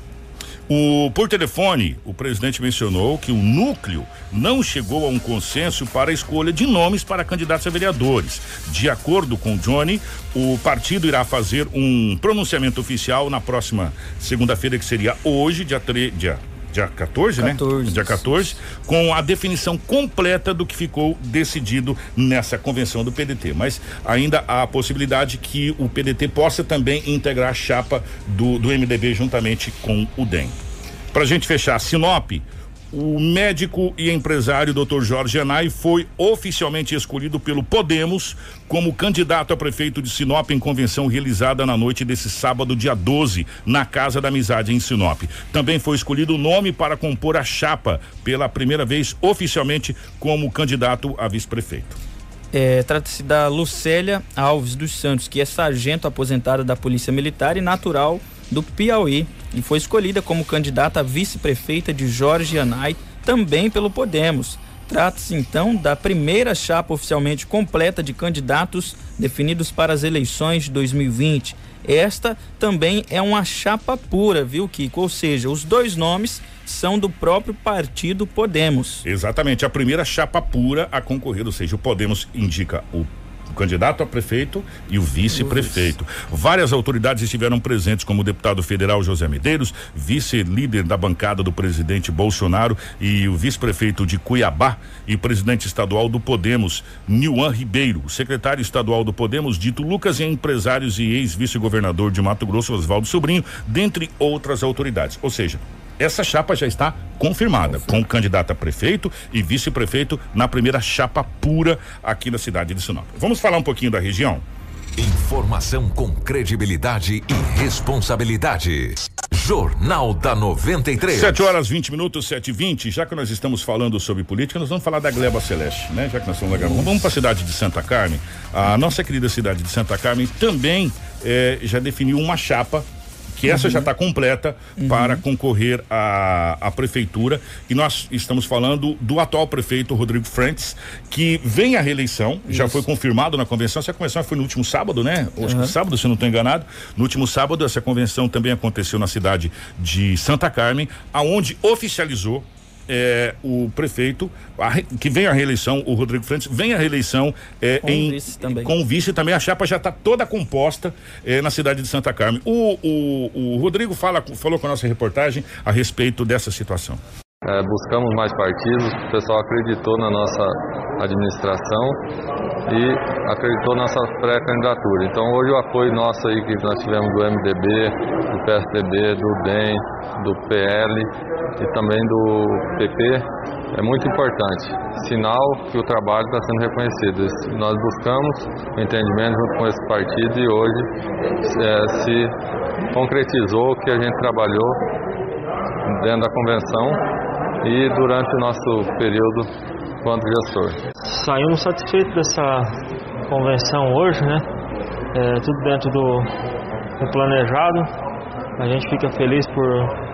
O, por telefone, o presidente mencionou que o núcleo não chegou a um consenso para a escolha de nomes para candidatos a vereadores. De acordo com Johnny, o partido irá fazer um pronunciamento oficial na próxima segunda-feira, que seria hoje, dia treze, dia Dia quatorze, quatorze, né? Dia quatorze, com a definição completa do que ficou decidido nessa convenção do P D T. Mas ainda há a possibilidade que o P D T possa também integrar a chapa do, do M D B juntamente com o D E M. Pra gente fechar, Sinop, o médico e empresário doutor Jorge Yanai foi oficialmente escolhido pelo Podemos como candidato a prefeito de Sinop em convenção realizada na noite desse sábado, dia doze, na Casa da Amizade, em Sinop. Também foi escolhido o nome para compor a chapa pela primeira vez oficialmente como candidato a vice-prefeito. É, trata-se da Lucélia Alves dos Santos, que é sargento aposentada da Polícia Militar e natural do Piauí, e foi escolhida como candidata a vice-prefeita de Jorge Yanai, também pelo Podemos. Trata-se então da primeira chapa oficialmente completa de candidatos definidos para as eleições de dois mil e vinte. Esta também é uma chapa pura, viu, Kiko? Ou seja, os dois nomes são do próprio partido Podemos. Exatamente, a primeira chapa pura a concorrer, ou seja, o Podemos indica o o candidato a prefeito e o vice-prefeito. Várias autoridades estiveram presentes, como o deputado federal José Medeiros, vice-líder da bancada do presidente Bolsonaro, e o vice-prefeito de Cuiabá e presidente estadual do Podemos, Nilvan Ribeiro, o secretário estadual do Podemos, Dito Lucas, e empresários e ex-vice-governador de Mato Grosso, Oswaldo Sobrinho, dentre outras autoridades. Ou seja, essa chapa já está confirmada, com candidato a prefeito e vice-prefeito na primeira chapa pura aqui na cidade de Sinop. Vamos falar um pouquinho da região? Informação com credibilidade e responsabilidade. Jornal da noventa e três. sete horas vinte minutos, sete e vinte. Já que nós estamos falando sobre política, nós vamos falar da Gleba Celeste, né? Já que nós estamos lá, vamos para a cidade de Santa Carmen. A nossa querida cidade de Santa Carmen também eh, já definiu uma chapa, que essa uhum. já está completa uhum. para concorrer à, à prefeitura, e nós estamos falando do atual prefeito Rodrigo Frentes, que vem à reeleição. Isso. Já foi confirmado na convenção. Essa convenção foi no último sábado, né? Uhum. Acho que sábado, se eu não estou enganado. No último sábado, essa convenção também aconteceu na cidade de Santa Carmen, aonde oficializou É, o prefeito a, que vem à reeleição, o Rodrigo Frentes, vem à reeleição é, com em, o vice também. com o vice também. A chapa já está toda composta é, na cidade de Santa Carmen. O, o, o Rodrigo fala, falou com a nossa reportagem a respeito dessa situação. É, buscamos mais partidos, o pessoal acreditou na nossa administração e acreditou na nossa pré-candidatura. Então hoje o apoio nosso aí que nós tivemos do M D B, do P S D B, do D E M, do P L e também do P P é muito importante. Sinal que o trabalho está sendo reconhecido. Nós buscamos o entendimento junto com esse partido e hoje é, se concretizou o que a gente trabalhou dentro da convenção e durante o nosso período quanto gestor. Saímos satisfeitos dessa convenção hoje, né? É, tudo dentro do, do planejado. A gente fica feliz por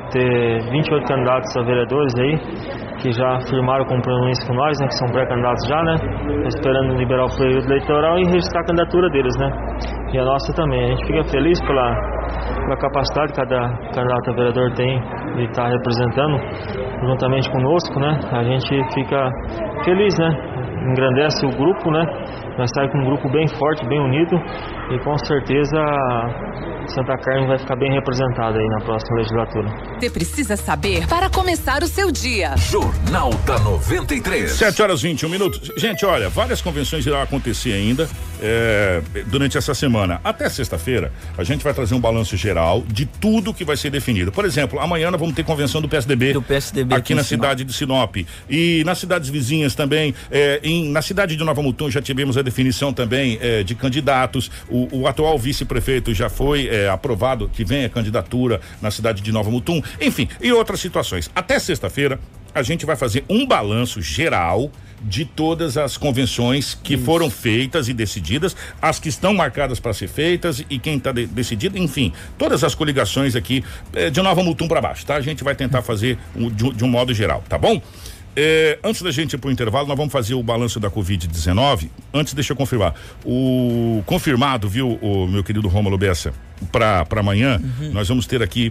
ter vinte e oito candidatos a vereadores aí, que já firmaram compromisso com nós, né? Que são pré-candidatos já, né? Esperando liberar o período eleitoral e registrar a candidatura deles, né? E a nossa também. A gente fica feliz pela, pela capacidade que cada candidato a vereador tem de estar representando juntamente conosco, né? A gente fica feliz, né? Engrandece o grupo, né? Nós saímos com um grupo bem forte, bem unido, e com certeza Santa Carmen vai ficar bem representada aí na próxima legislatura. Você precisa saber para começar o seu dia. Jornal da noventa e três. sete horas e vinte e um minutos. Gente, olha, várias convenções irão acontecer ainda é, durante essa semana. Até sexta-feira, a gente vai trazer um balanço geral de tudo que vai ser definido. Por exemplo, amanhã nós vamos ter convenção do P S D B. Do P S D B aqui, aqui na Sinop. cidade de Sinop. E nas cidades vizinhas também. É, em, na cidade de Nova Mutum já tivemos a definição também é, de candidatos. O, o atual vice-prefeito já foi é, aprovado que vem a candidatura na cidade de Nova Mutum. Enfim, e outras situações. Até sexta-feira, a gente vai fazer um balanço geral de todas as convenções que Isso. foram feitas e decididas, as que estão marcadas para ser feitas e quem está de, decidido, enfim, todas as coligações aqui eh, de Nova Mutum para baixo, tá? A gente vai tentar fazer um, de, de um modo geral, tá bom? Eh, antes da gente ir pro intervalo, nós vamos fazer o balanço da covid dezenove. Antes, deixa eu confirmar. O confirmado, viu, o meu querido Rômulo Bessa, para para amanhã, uhum. nós vamos ter aqui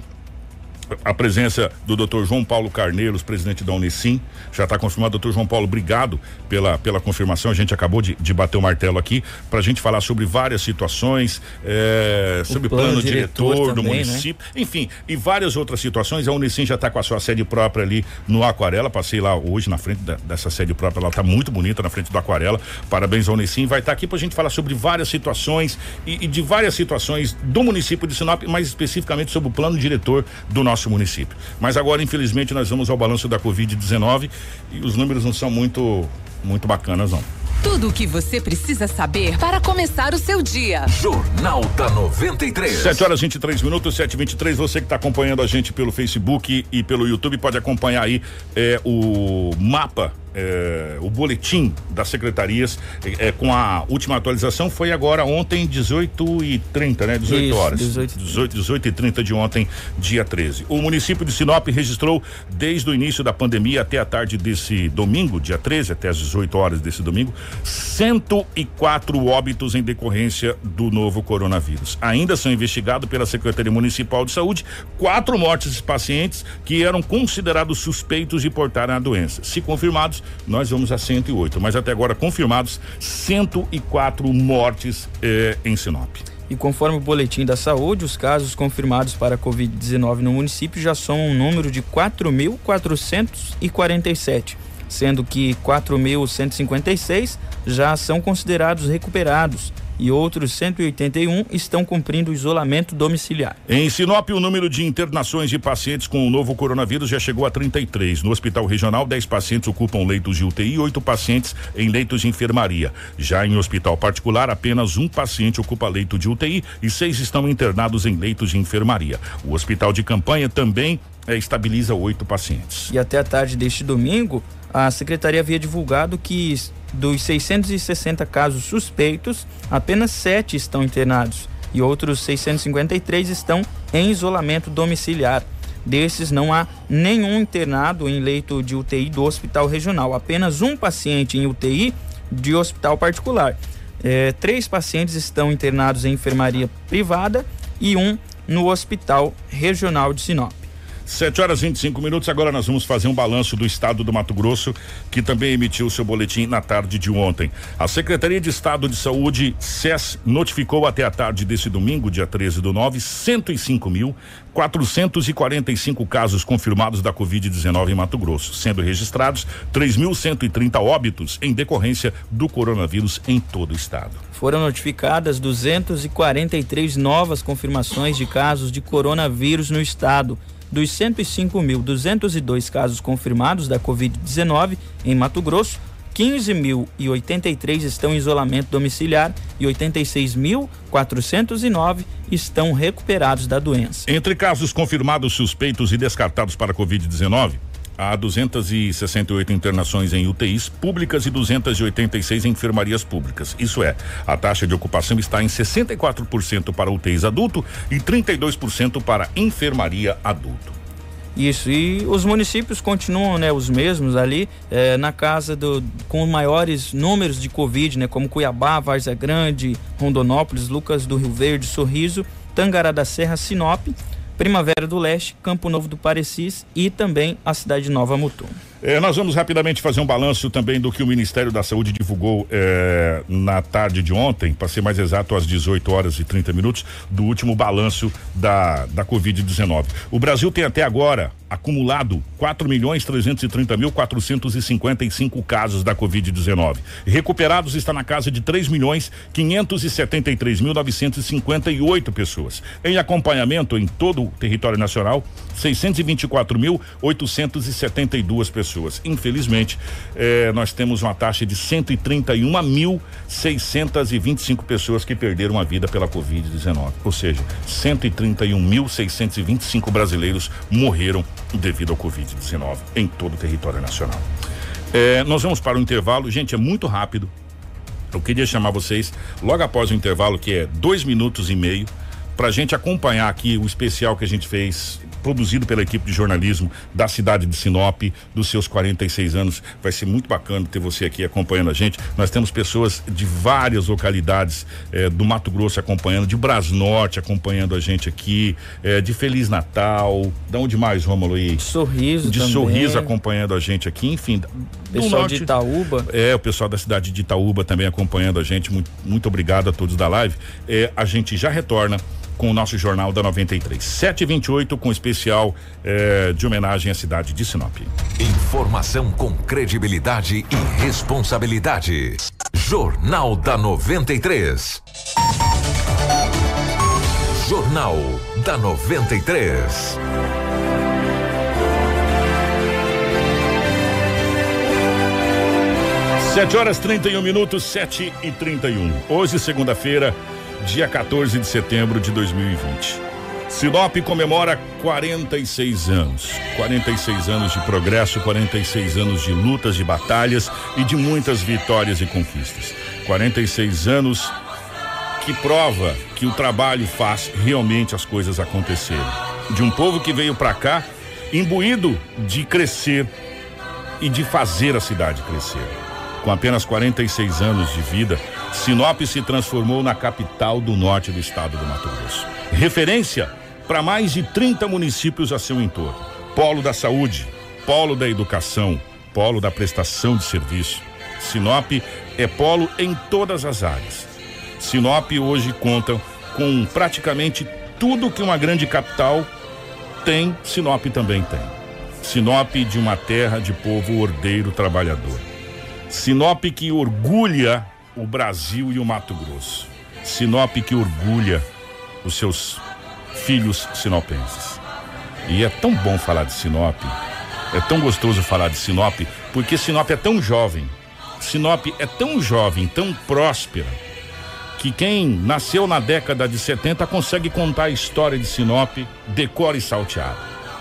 a presença do doutor João Paulo Carneiros, presidente da Unesim. Já está confirmado. Doutor João Paulo, obrigado pela, pela confirmação. A gente acabou de, de bater o martelo aqui para a gente falar sobre várias situações, é, sobre o plano, plano diretor, diretor também, do município, né? Enfim, e várias outras situações. A Unesim já está com a sua sede própria ali no Aquarela. Passei lá hoje na frente da, dessa sede própria. Ela está muito bonita na frente do Aquarela. Parabéns à Unesim. Vai estar tá aqui para a gente falar sobre várias situações e, e de várias situações do município de Sinop, mais especificamente sobre o plano diretor do nosso município. Mas agora, infelizmente, nós vamos ao balanço da covid dezenove e os números não são muito, muito bacanas, não. Tudo o que você precisa saber para começar o seu dia. Jornal da noventa e três. sete horas e vinte e três minutos, sete e vinte e três. Você que está acompanhando a gente pelo Facebook e pelo YouTube pode acompanhar aí é, o mapa. É, o boletim das secretarias é, com a última atualização foi agora ontem, dezoito e trinta, né? dezoito Isso, horas. dezoito. dezoito e trinta de ontem, dia treze. O município de Sinop registrou desde o início da pandemia até a tarde desse domingo, dia treze, até as dezoito horas desse domingo, cento e quatro óbitos em decorrência do novo coronavírus. Ainda são investigados pela Secretaria Municipal de Saúde quatro mortes de pacientes que eram considerados suspeitos de portarem a doença. Se confirmados, nós vamos a cento e oito, mas até agora confirmados cento e quatro mortes eh, em Sinop. E conforme o boletim da saúde, os casos confirmados para a covid dezenove no município já são um número de quatro mil quatrocentos e quarenta e sete, sendo que quatro mil cento e cinquenta e seis já são considerados recuperados e outros cento e oitenta e um estão cumprindo o isolamento domiciliar. Em Sinop, o número de internações de pacientes com o novo coronavírus já chegou a trinta e três. No hospital regional, dez pacientes ocupam leitos de U T I e oito pacientes em leitos de enfermaria. Já em hospital particular, apenas um paciente ocupa leito de U T I e seis estão internados em leitos de enfermaria. O hospital de campanha também é, estabiliza oito pacientes. E até a tarde deste domingo, a secretaria havia divulgado que dos seiscentos e sessenta casos suspeitos, apenas sete estão internados e outros seiscentos e cinquenta e três estão em isolamento domiciliar. Desses, não há nenhum internado em leito de U T I do hospital regional, apenas um paciente em U T I de hospital particular. É, três pacientes estão internados em enfermaria privada e um no hospital regional de Sinop. sete horas e vinte e cinco minutos, agora nós vamos fazer um balanço do estado do Mato Grosso, que também emitiu seu boletim na tarde de ontem. A Secretaria de Estado de Saúde, S E S, notificou até a tarde desse domingo, dia treze do nove, cento e cinco mil quatrocentos e quarenta e cinco casos confirmados da covid dezenove em Mato Grosso, sendo registrados três mil cento e trinta óbitos em decorrência do coronavírus em todo o estado. Foram notificadas duzentas e quarenta e três novas confirmações de casos de coronavírus no estado. Dos cento e cinco mil duzentos e dois casos confirmados da covid dezenove em Mato Grosso, quinze mil e oitenta e três estão em isolamento domiciliar e oitenta e seis mil quatrocentos e nove estão recuperados da doença. Entre casos confirmados, suspeitos e descartados para a covid dezenove, há duzentas e sessenta e oito internações em U T Is públicas e duzentas e oitenta e seis em enfermarias públicas. Isso é, a taxa de ocupação está em sessenta e quatro por cento para U T Is adulto e trinta e dois por cento para enfermaria adulto. Isso, e os municípios continuam, né, os mesmos ali, eh, na casa do, com maiores números de Covid, né, como Cuiabá, Várzea Grande, Rondonópolis, Lucas do Rio Verde, Sorriso, Tangará da Serra, Sinop, Primavera do Leste, Campo Novo do Parecis e também a cidade de Nova Mutum. É, nós vamos rapidamente fazer um balanço também do que o Ministério da Saúde divulgou é, na tarde de ontem, para ser mais exato, às dezoito horas e trinta minutos, do último balanço da, da covid dezenove. O Brasil tem até agora acumulado quatro milhões trezentos e trinta mil quatrocentos e cinquenta e cinco casos da covid dezenove. Recuperados está na casa de três milhões quinhentos e setenta e três mil novecentos e cinquenta e oito pessoas. Em acompanhamento em todo o território nacional, seiscentos e vinte e quatro mil oitocentos e setenta e duas pessoas. Infelizmente, eh, nós temos uma taxa de cento e trinta e um mil seiscentos e vinte e cinco pessoas que perderam a vida pela covid dezenove. Ou seja, cento e trinta e um mil seiscentos e vinte e cinco brasileiros morreram devido ao covid dezenove em todo o território nacional. É, nós vamos para o intervalo, gente, é muito rápido. Eu queria chamar vocês logo após o intervalo, que é dois minutos e meio, para a gente acompanhar aqui o especial que a gente fez, produzido pela equipe de jornalismo da cidade de Sinop, dos seus quarenta e seis anos. Vai ser muito bacana ter você aqui acompanhando a gente. Nós temos pessoas de várias localidades eh, do Mato Grosso acompanhando, de Brasnorte acompanhando a gente aqui, eh, de Feliz Natal, da onde mais, Rômulo? aí? Sorriso De também. Sorriso acompanhando a gente aqui, enfim. Pessoal norte, de Itaúba. É, o pessoal da cidade de Itaúba também acompanhando a gente. Muito, muito obrigado a todos da live. Eh, a gente já retorna com o nosso Jornal da noventa e três. sete e vinte e oito, com especial eh, de homenagem à cidade de Sinop. Informação com credibilidade e responsabilidade. Jornal da noventa e três. Jornal da noventa e três. sete horas trinta e um minutos, sete e trinta e um. Hoje, segunda-feira, dia quatorze de setembro de dois mil e vinte. Sinop comemora quarenta e seis anos. quarenta e seis anos de progresso, quarenta e seis anos de lutas, de batalhas e de muitas vitórias e conquistas. quarenta e seis anos que prova que o trabalho faz realmente as coisas acontecerem. De um povo que veio pra cá imbuído de crescer e de fazer a cidade crescer. Com apenas quarenta e seis anos de vida, Sinop se transformou na capital do norte do estado do Mato Grosso. Referência para mais de trinta municípios a seu entorno. Polo da saúde, polo da educação, polo da prestação de serviço. Sinop é polo em todas as áreas. Sinop hoje conta com praticamente tudo que uma grande capital tem, Sinop também tem. Sinop de uma terra de povo ordeiro trabalhador. Sinop que orgulha o Brasil e o Mato Grosso. Sinop que orgulha os seus filhos sinopenses. E é tão bom falar de Sinop, é tão gostoso falar de Sinop, porque Sinop é tão jovem, Sinop é tão jovem, tão próspera, que quem nasceu na década de setenta consegue contar a história de Sinop de cor e salteado.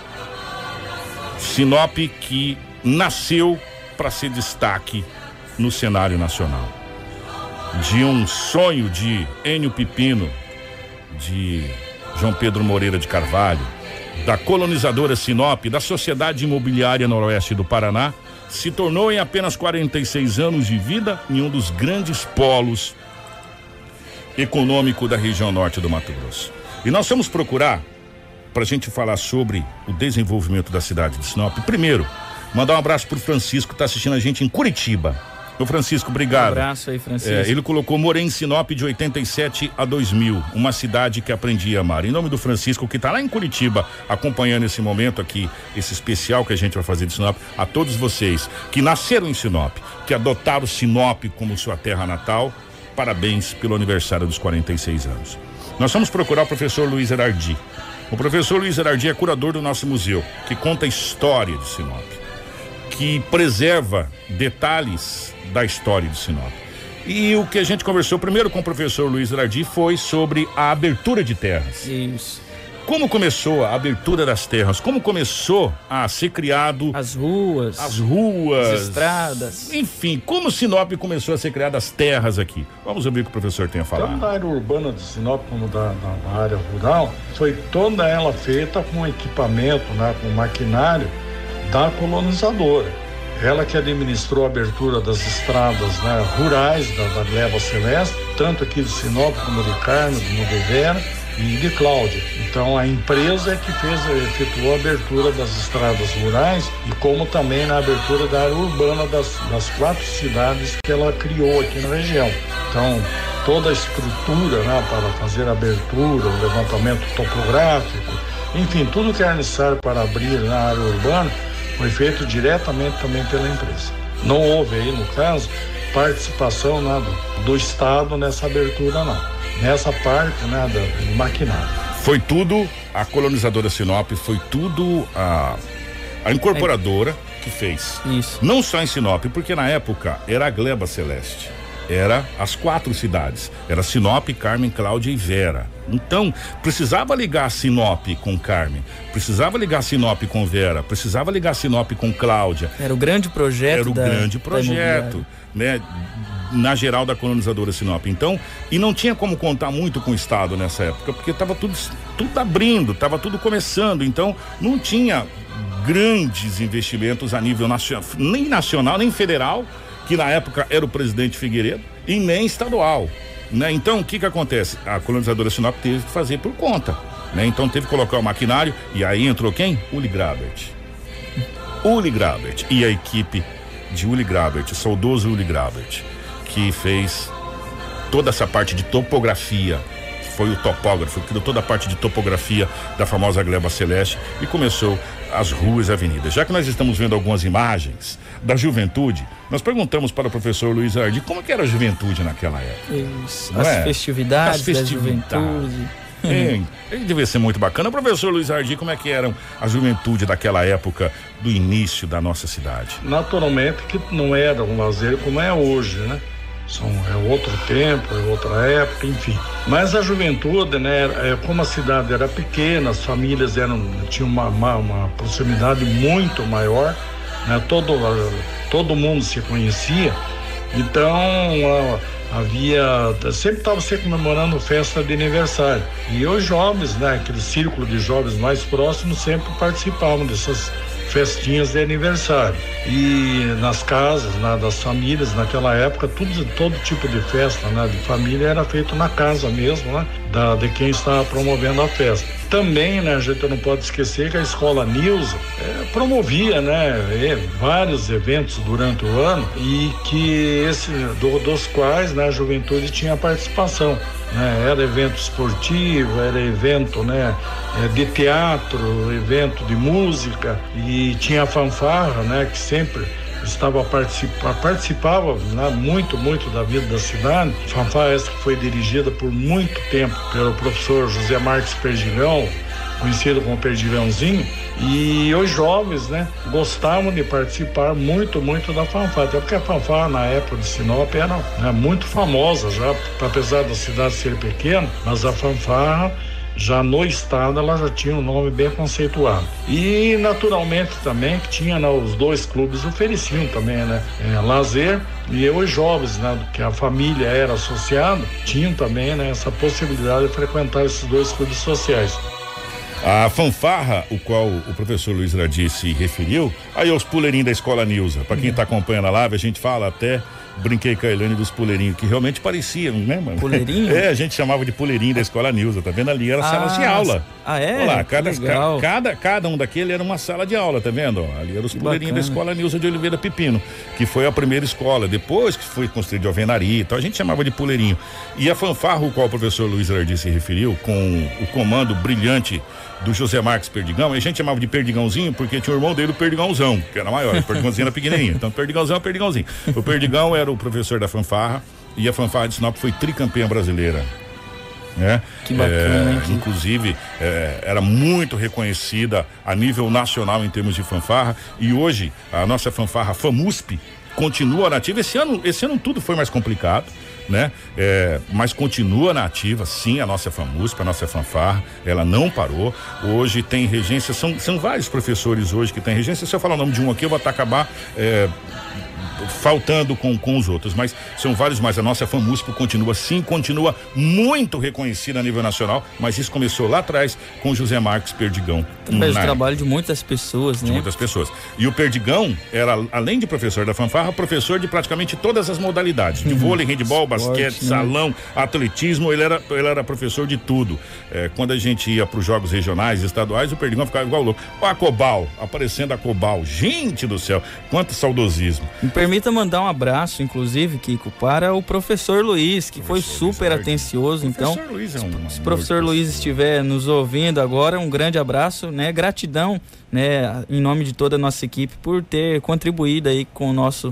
Sinop que nasceu para ser destaque no cenário nacional. De um sonho de Enio Pipino, de João Pedro Moreira de Carvalho, da colonizadora Sinop, da Sociedade Imobiliária Noroeste do Paraná, se tornou em apenas quarenta e seis anos de vida em um dos grandes polos econômico da região norte do Mato Grosso. E nós vamos procurar, para a gente falar sobre o desenvolvimento da cidade de Sinop, primeiro, mandar um abraço pro Francisco, que está assistindo a gente em Curitiba. Ô Francisco, obrigado. Um abraço aí, Francisco. É, ele colocou: morei em Sinop de oitenta e sete a dois mil, uma cidade que aprendi a amar. Em nome do Francisco, que está lá em Curitiba, acompanhando esse momento aqui, esse especial que a gente vai fazer de Sinop, a todos vocês que nasceram em Sinop, que adotaram Sinop como sua terra natal, parabéns pelo aniversário dos quarenta e seis anos. Nós vamos procurar o professor Luiz Erardi. O professor Luiz Erardi é curador do nosso museu, que conta a história de Sinop, que preserva detalhes da história de Sinop. E o que a gente conversou primeiro com o professor Luiz Erardi foi sobre a abertura de terras. Isso. Como começou a abertura das terras? Como começou a ser criado as ruas, as ruas, as estradas, enfim, como Sinop começou a ser criada as terras aqui? Vamos ouvir o que o professor tem a falar. Tanto da área urbana de Sinop como da, da, da área rural, foi toda ela feita com equipamento, né, com maquinário da colonizadora. Ela que administrou a abertura das estradas, né, rurais da, da Gleba Celeste, tanto aqui de Sinop como de Carmo, de Modevera, e de Cláudia. Então a empresa é que fez, efetuou a abertura das estradas rurais e como também na abertura da área urbana das, das quatro cidades que ela criou aqui na região. Então toda a estrutura, né, para fazer a abertura, o levantamento topográfico, enfim, tudo que era necessário para abrir na área urbana foi feito diretamente também pela empresa. Não houve aí, no caso, participação, né, do, do Estado nessa abertura, não. Nessa parte, né, do, do maquinário. Foi tudo a colonizadora Sinop, foi tudo a, a incorporadora que fez. Isso. Não só em Sinop, porque na época era a Gleba Celeste. Era as quatro cidades. Era Sinop, Carmem, Cláudia e Vera. Então, precisava ligar Sinop com Carmem, precisava ligar Sinop com Vera, precisava ligar Sinop com Cláudia. Era o grande projeto. Era o da, grande projeto, né? Na geral da colonizadora Sinop. Então, e não tinha como contar muito com o Estado nessa época, porque estava tudo, tudo abrindo, estava tudo começando. Então, não tinha grandes investimentos a nível nacional, nem nacional, nem federal, que na época era o presidente Figueiredo, e nem estadual, né? Então o que que acontece? A colonizadora Sinop teve que fazer por conta, né? Então teve que colocar o maquinário, e aí entrou quem? Uli Grabert. Uli Grabert e a equipe de Uli Grabert, o saudoso Uli Grabert, que fez toda essa parte de topografia, foi o topógrafo, criou toda a parte de topografia da famosa Gleba Celeste e começou as ruas e avenidas. Já que nós estamos vendo algumas imagens da juventude, nós perguntamos para o professor Luiz Ardi como que era a juventude naquela época. Isso, as, é? festividades as festividades da juventude. É, ele devia ser muito bacana. Professor Luiz Ardi, como é que eram a juventude daquela época do início da nossa cidade? Naturalmente que não era um lazer como é hoje, né? São, é outro tempo, é outra época, enfim. Mas a juventude, né, é, como a cidade era pequena, as famílias eram, tinham uma, uma, uma proximidade muito maior, né, todo, todo mundo se conhecia, então a, havia, sempre estava se comemorando festa de aniversário. E os jovens, né, aquele círculo de jovens mais próximos sempre participavam dessas festinhas de aniversário. E nas casas, né, das famílias, naquela época, tudo, todo tipo de festa, né, de família era feito na casa mesmo, né, da, de quem estava promovendo a festa. Também, né, a gente não pode esquecer que a Escola Nilza é, promovia, né, é, vários eventos durante o ano e que esse, do, dos quais, né, a juventude tinha participação. Né, era evento esportivo, era evento, né, de teatro, evento de música e tinha a fanfarra, né, que sempre estava participa, participava, né, muito, muito da vida da cidade. Fanfarra essa que foi dirigida por muito tempo pelo professor José Marques Perdigão, conhecido como Perdigãozinho, e os jovens, né, gostavam de participar muito, muito da fanfarra, até porque a fanfarra na época de Sinop era, né, muito famosa já, apesar da cidade ser pequena, mas a fanfarra já no estado ela já tinha um nome bem conceituado. E naturalmente também que tinha, né, os dois clubes ofereciam também, né, é, lazer, e os jovens, né, que a família era associada, tinham também, né, essa possibilidade de frequentar esses dois clubes sociais. A fanfarra, o qual o professor Luiz Ardi se referiu, aí os puleirinhos da Escola Nilza. Para quem está acompanhando a live, a gente fala até, brinquei com a Elaine dos puleirinhos, que realmente pareciam, né, mano? Puleirinho? É, a gente chamava de puleirinho da Escola Nilza, tá vendo? Ali era ah, sala de aula. Ah, é? Olha lá, cada, legal. cada, cada um daquele era uma sala de aula, tá vendo? Ali eram os que puleirinhos bacana. Da Escola Nilza de Oliveira Pepino, que foi a primeira escola, depois que foi construída de alvenaria e tal, a gente chamava de puleirinho. E a fanfarra, o qual o professor Luiz Ardi se referiu, com o comando brilhante do José Marques Perdigão, a gente chamava de Perdigãozinho porque tinha o irmão dele, o Perdigãozão, que era maior, o Perdigãozinho era pequenininho, então Perdigãozão é Perdigãozinho. O Perdigão era o professor da fanfarra e a fanfarra de Sinop foi tricampeã brasileira, né? Que bacana, é, inclusive é, era muito reconhecida a nível nacional em termos de fanfarra, e hoje a nossa fanfarra FAMUSP continua nativa. Esse ano, esse ano tudo foi mais complicado, né? É, mas continua na ativa, sim, a nossa FAMUSP, a nossa fanfarra, ela não parou. Hoje tem regência, são, são vários professores hoje que tem regência. Se eu falar o nome de um aqui, eu vou até acabar é, faltando com, com os outros, mas são vários mais. A nossa FAMUSP continua sim, continua muito reconhecida a nível nacional, mas isso começou lá atrás com o José Marcos Perdigão. Mas o trabalho de muitas pessoas, né? De muitas pessoas. E o Perdigão era, além de professor da fanfarra, professor de praticamente todas as modalidades, de uhum. vôlei, handebol, basquete, Esporte, salão, né? atletismo, ele era, ele era professor de tudo. É, quando a gente ia para os jogos regionais, estaduais, o Perdigão ficava igual louco. Ó, a Cobal, aparecendo a Cobal, gente do céu, quanto saudosismo. Me permita mandar um abraço, inclusive, Kiko, para o professor Luiz, que professor foi super Luiz atencioso. Então, professor Luiz é um, se o professor Luiz estiver nos ouvindo agora, um grande abraço, né? Gratidão, né? Em nome de toda a nossa equipe por ter contribuído aí com o nosso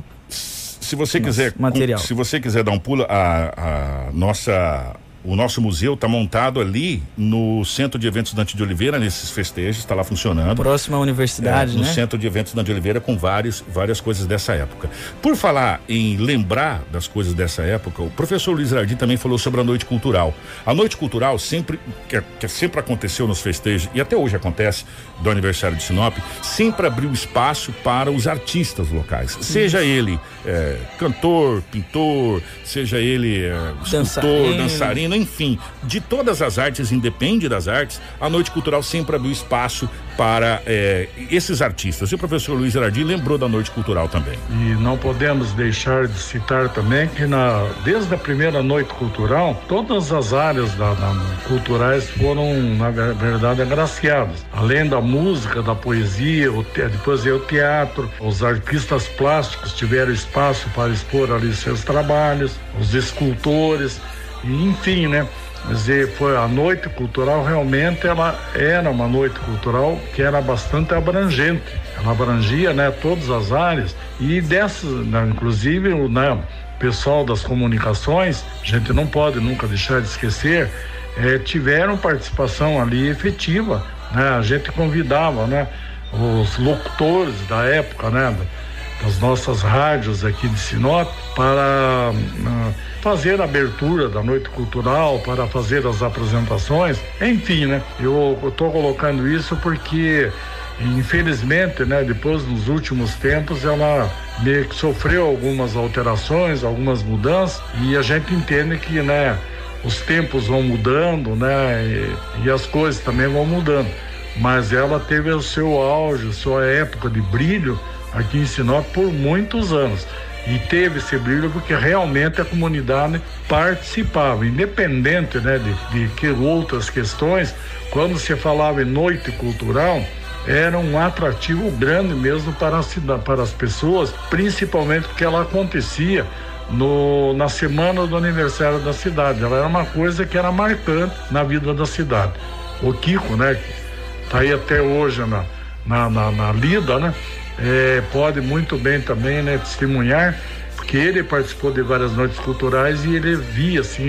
Se você nosso quiser material. Se você quiser dar um pulo, a, a nossa O nosso museu está montado ali no Centro de Eventos Dante de Oliveira, nesses festejos, está lá funcionando. Próximo à universidade, é, no né? No Centro de Eventos Dante de Oliveira, com várias, várias coisas dessa época. Por falar em lembrar das coisas dessa época, o professor Luiz Ardi também falou sobre a Noite Cultural. A Noite Cultural sempre, que, que sempre aconteceu nos festejos, e até hoje acontece, do aniversário de Sinop, sempre abriu espaço para os artistas locais. Seja ele é, cantor, pintor, seja ele é, escultor, dançarino, enfim, de todas as artes, independe das artes, a Noite Cultural sempre abriu espaço para é, esses artistas. E o professor Luiz Ardi lembrou da Noite Cultural também. E não podemos deixar de citar também que na, desde a primeira Noite Cultural, todas as áreas da, da, culturais foram, na verdade, agraciadas. Além da música, da poesia, o te, depois veio o teatro, os artistas plásticos tiveram espaço para expor ali seus trabalhos, os escultores, enfim, né? Quer dizer, foi a Noite Cultural, realmente ela era uma noite cultural que era bastante abrangente. Ela abrangia, né, todas as áreas e dessas, né, inclusive o né, pessoal das comunicações, a gente não pode nunca deixar de esquecer, é, tiveram participação ali efetiva, né? A gente convidava, né, os locutores da época, né, das nossas rádios aqui de Sinop para uh, fazer a abertura da Noite Cultural, para fazer as apresentações, enfim, né? Eu estou colocando isso porque, infelizmente, né, depois nos últimos tempos ela meio que sofreu algumas alterações, algumas mudanças, e a gente entende que, né, os tempos vão mudando, né, e, e as coisas também vão mudando, mas ela teve o seu auge, sua época de brilho aqui em Sinop por muitos anos, e teve esse brilho porque realmente a comunidade participava, independente, né, de, de que outras questões. Quando se falava em Noite Cultural, era um atrativo grande mesmo para a cidade, para as pessoas, principalmente porque ela acontecia no, na semana do aniversário da cidade. Ela era uma coisa que era marcante na vida da cidade. O Kiko, né, tá aí até hoje na, na, na, na lida, né, É, pode muito bem também, né, testemunhar, porque ele participou de várias noites culturais e ele via assim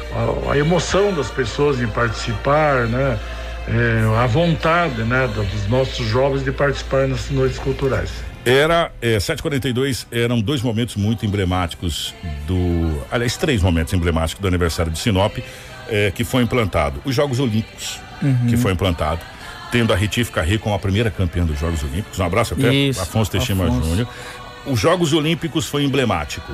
a, a emoção das pessoas em participar, né, é, a vontade, né, dos nossos jovens de participar nessas noites culturais. Era é, sete e quarenta e dois, eram dois momentos muito emblemáticos do, aliás, três momentos emblemáticos do aniversário de Sinop, é, que foi implantado os Jogos Olímpicos, uhum. que foi implantado, tendo a Retífica Rio como a primeira campeã dos Jogos Olímpicos. Um abraço até Isso, Afonso Teixeira Júnior. Os Jogos Olímpicos foi emblemático.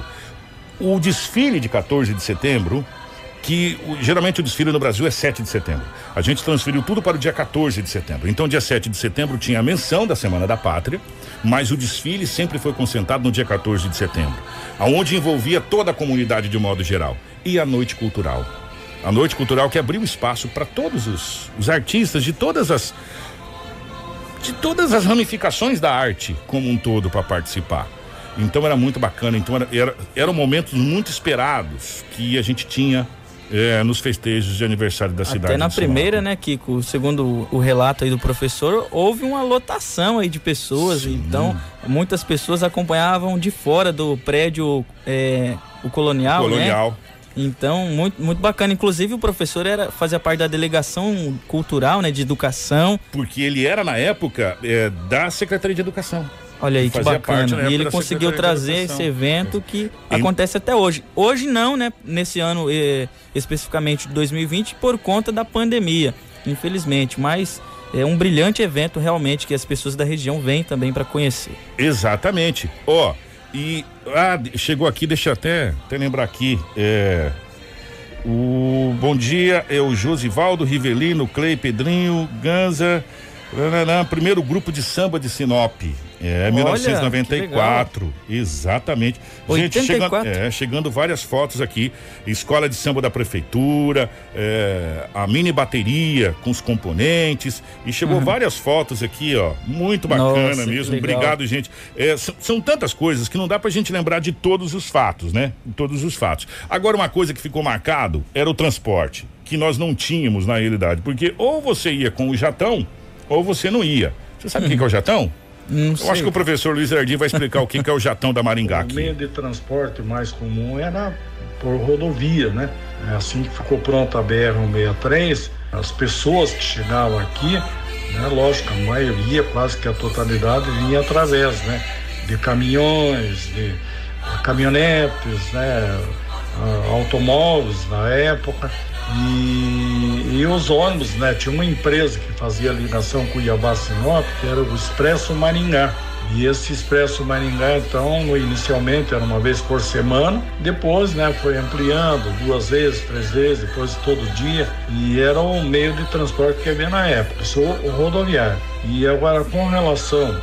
O desfile de quatorze de setembro, que o, geralmente o desfile no Brasil é sete de setembro. A gente transferiu tudo para o dia quatorze de setembro. Então, dia sete de setembro tinha a menção da Semana da Pátria, mas o desfile sempre foi concentrado no dia quatorze de setembro, aonde envolvia toda a comunidade de modo geral. E a Noite Cultural. A Noite Cultural que abriu espaço para todos os, os artistas de todas as de todas as ramificações da arte como um todo para participar. Então era muito bacana. Então era, era, eram momentos muito esperados que a gente tinha é, nos festejos de aniversário da cidade. Até na primeira, né, Kiko, segundo o relato aí do professor, houve uma lotação aí de pessoas. Sim. Então muitas pessoas acompanhavam de fora do prédio é, o Colonial, Colonial. né? Então, muito, muito bacana. Inclusive, o professor era, fazia parte da delegação cultural, né, de educação. Porque ele era, na época, é, da Secretaria de Educação. Olha aí, que bacana. E ele conseguiu trazer esse evento que em... acontece até hoje. Hoje não, né, nesse ano, eh, especificamente de dois mil e vinte, por conta da pandemia, infelizmente. Mas é um brilhante evento, realmente, que as pessoas da região vêm também para conhecer. Exatamente. Ó, E ah, chegou aqui, deixa eu até, até lembrar aqui. É, o bom dia é o Josivaldo, Rivelino, Clay, Pedrinho, Ganza. Primeiro grupo de samba de Sinop. É, Olha, mil novecentos e noventa e quatro. Exatamente. Gente, oitenta e quatro. Chegando, é, chegando várias fotos aqui. Escola de samba da prefeitura, é, a mini bateria com os componentes. E chegou uhum. várias fotos aqui, ó. Muito bacana. Nossa, mesmo. Obrigado, gente. É, são, são tantas coisas que não dá pra gente lembrar de todos os fatos, né? Todos os fatos. Agora, uma coisa que ficou marcado era o transporte, que nós não tínhamos na realidade. Porque ou você ia com o jatão, ou você não ia. Você sabe o hum. que é o jatão? Não Eu sei. acho que o professor Luiz Ardim vai explicar o que, que é o jatão da Maringá aqui. O meio de transporte mais comum era por rodovia, né? Assim que ficou pronta a B R cento e sessenta e três, as pessoas que chegavam aqui, né? Lógico, a maioria, quase que a totalidade, vinha através, né? De caminhões, de caminhonetes, né? Automóveis na época. E, e os ônibus, né? Tinha uma empresa que fazia a ligação Cuiabá-Sinop, que era o Expresso Maringá. E esse Expresso Maringá, então, no, inicialmente era uma vez por semana, depois, né, foi ampliando duas vezes, três vezes, depois todo dia, e era o meio de transporte que havia na época, sou o rodoviário. E agora, com relação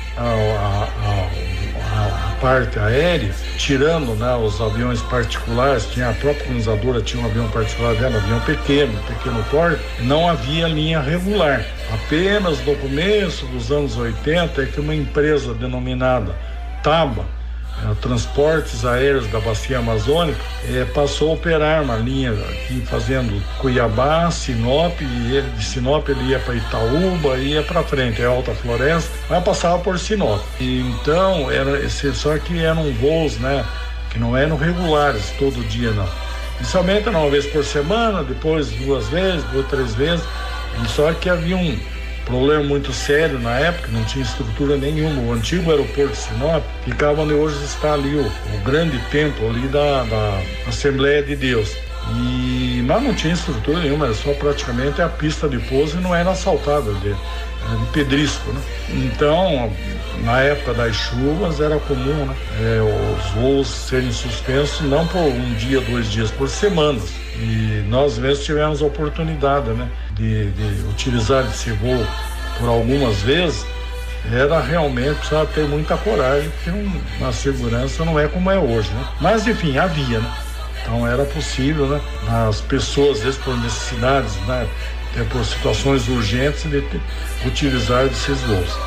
a parte aérea, tirando, né, os aviões particulares, tinha a própria organizadora, tinha um avião particular dela, um avião pequeno, pequeno porte, não havia linha regular. Apenas no começo dos anos oitenta é que uma empresa denominada TABA, é, Transportes Aéreos da Bacia Amazônica, é, passou a operar uma linha aqui fazendo Cuiabá, Sinop, e ele, de Sinop ele ia para Itaúba, ia para frente, é Alta Floresta, mas passava por Sinop. E então, era esse, só que eram voos, né, que não eram regulares todo dia, não. Inicialmente era uma vez por semana, depois duas vezes, duas, três vezes, e só que havia um problema muito sério na época, não tinha estrutura nenhuma. O antigo aeroporto de Sinop ficava onde hoje está ali o, o grande templo ali da, da Assembleia de Deus. E, mas não tinha estrutura nenhuma, era só praticamente a pista de pouso e não era asfaltada, de, era de pedrisco, né? Então, na época das chuvas era comum, né? É, os voos serem suspensos não por um dia, dois dias, por semanas. E nós mesmos tivemos a oportunidade, né, de, de utilizar esse voo por algumas vezes. Era realmente, precisava ter muita coragem, porque uma segurança não é como é hoje, né? Mas enfim, havia, né? Então era possível, né? As pessoas, às vezes por necessidades, né, até por situações urgentes, de ter, utilizar esses voos.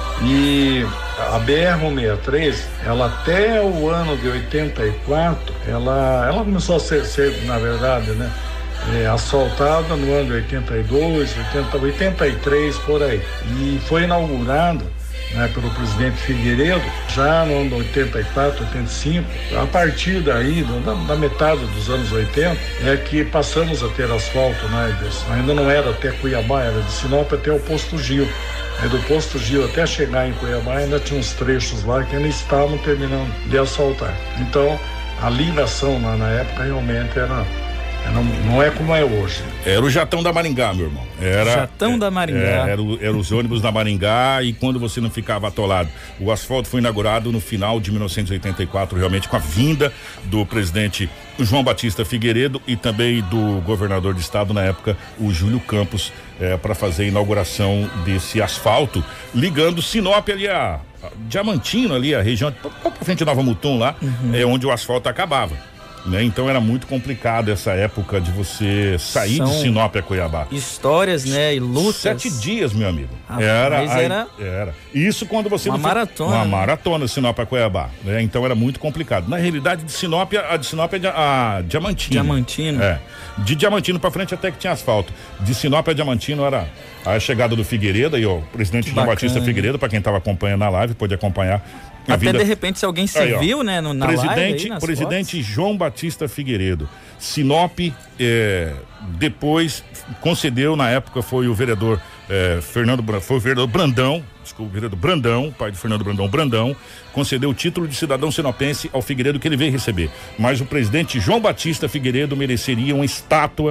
E a B R cento e sessenta e três, ela até o ano de oitenta e quatro, ela, ela começou a ser, ser na verdade, né, é, asfaltada no ano de oitenta e dois, oitenta, oitenta e três, por aí. E foi inaugurada, né, pelo presidente Figueiredo, já no ano de oitenta e quatro, oitenta e cinco. A partir daí, da, da metade dos anos oitenta, é que passamos a ter asfalto, né? Ainda não era até Cuiabá, era de Sinop até o Posto Gil. Aí do Posto Gil até chegar em Cuiabá ainda tinha uns trechos lá que ainda estavam terminando de asfaltar. Então, a ligação lá na época realmente era... Não, não é como é hoje. Era o Jatão da Maringá, meu irmão. Era, Jatão é, da Maringá. É, era, o, era os ônibus da Maringá, e quando você não ficava atolado. O asfalto foi inaugurado no final de mil novecentos e oitenta e quatro, realmente com a vinda do presidente João Batista Figueiredo e também do governador de estado na época, o Júlio Campos, é, para fazer a inauguração desse asfalto, ligando Sinop ali a, a Diamantino, ali a região, para frente de Nova Mutum lá, uhum. é onde o asfalto acabava. Né? Então era muito complicado essa época de você sair São de Sinop a Cuiabá. Histórias, né? E lutas. Sete dias, meu amigo. Ah, era, mas era... era. Isso quando você... Uma não maratona. Uma né? maratona de Sinop a Cuiabá. Né? Então era muito complicado. Na realidade, de Sinop, a de Sinop é a Diamantino. Diamantino. É. De Diamantino pra frente até que tinha asfalto. De Sinop a Diamantino era a chegada do Figueiredo, aí ó, o presidente João Batista Figueiredo, para quem tava acompanhando na live, pode acompanhar. Até vida... de repente, se alguém se aí, viu, né, no, na presidente, live aí, presidente João Batista Figueiredo. Sinop, é, depois concedeu, na época foi o vereador é, Fernando, foi o vereador Brandão, desculpa, o vereador Brandão, pai de Fernando Brandão, Brandão, concedeu o título de cidadão sinopense ao Figueiredo, que ele veio receber. Mas o presidente João Batista Figueiredo mereceria uma estátua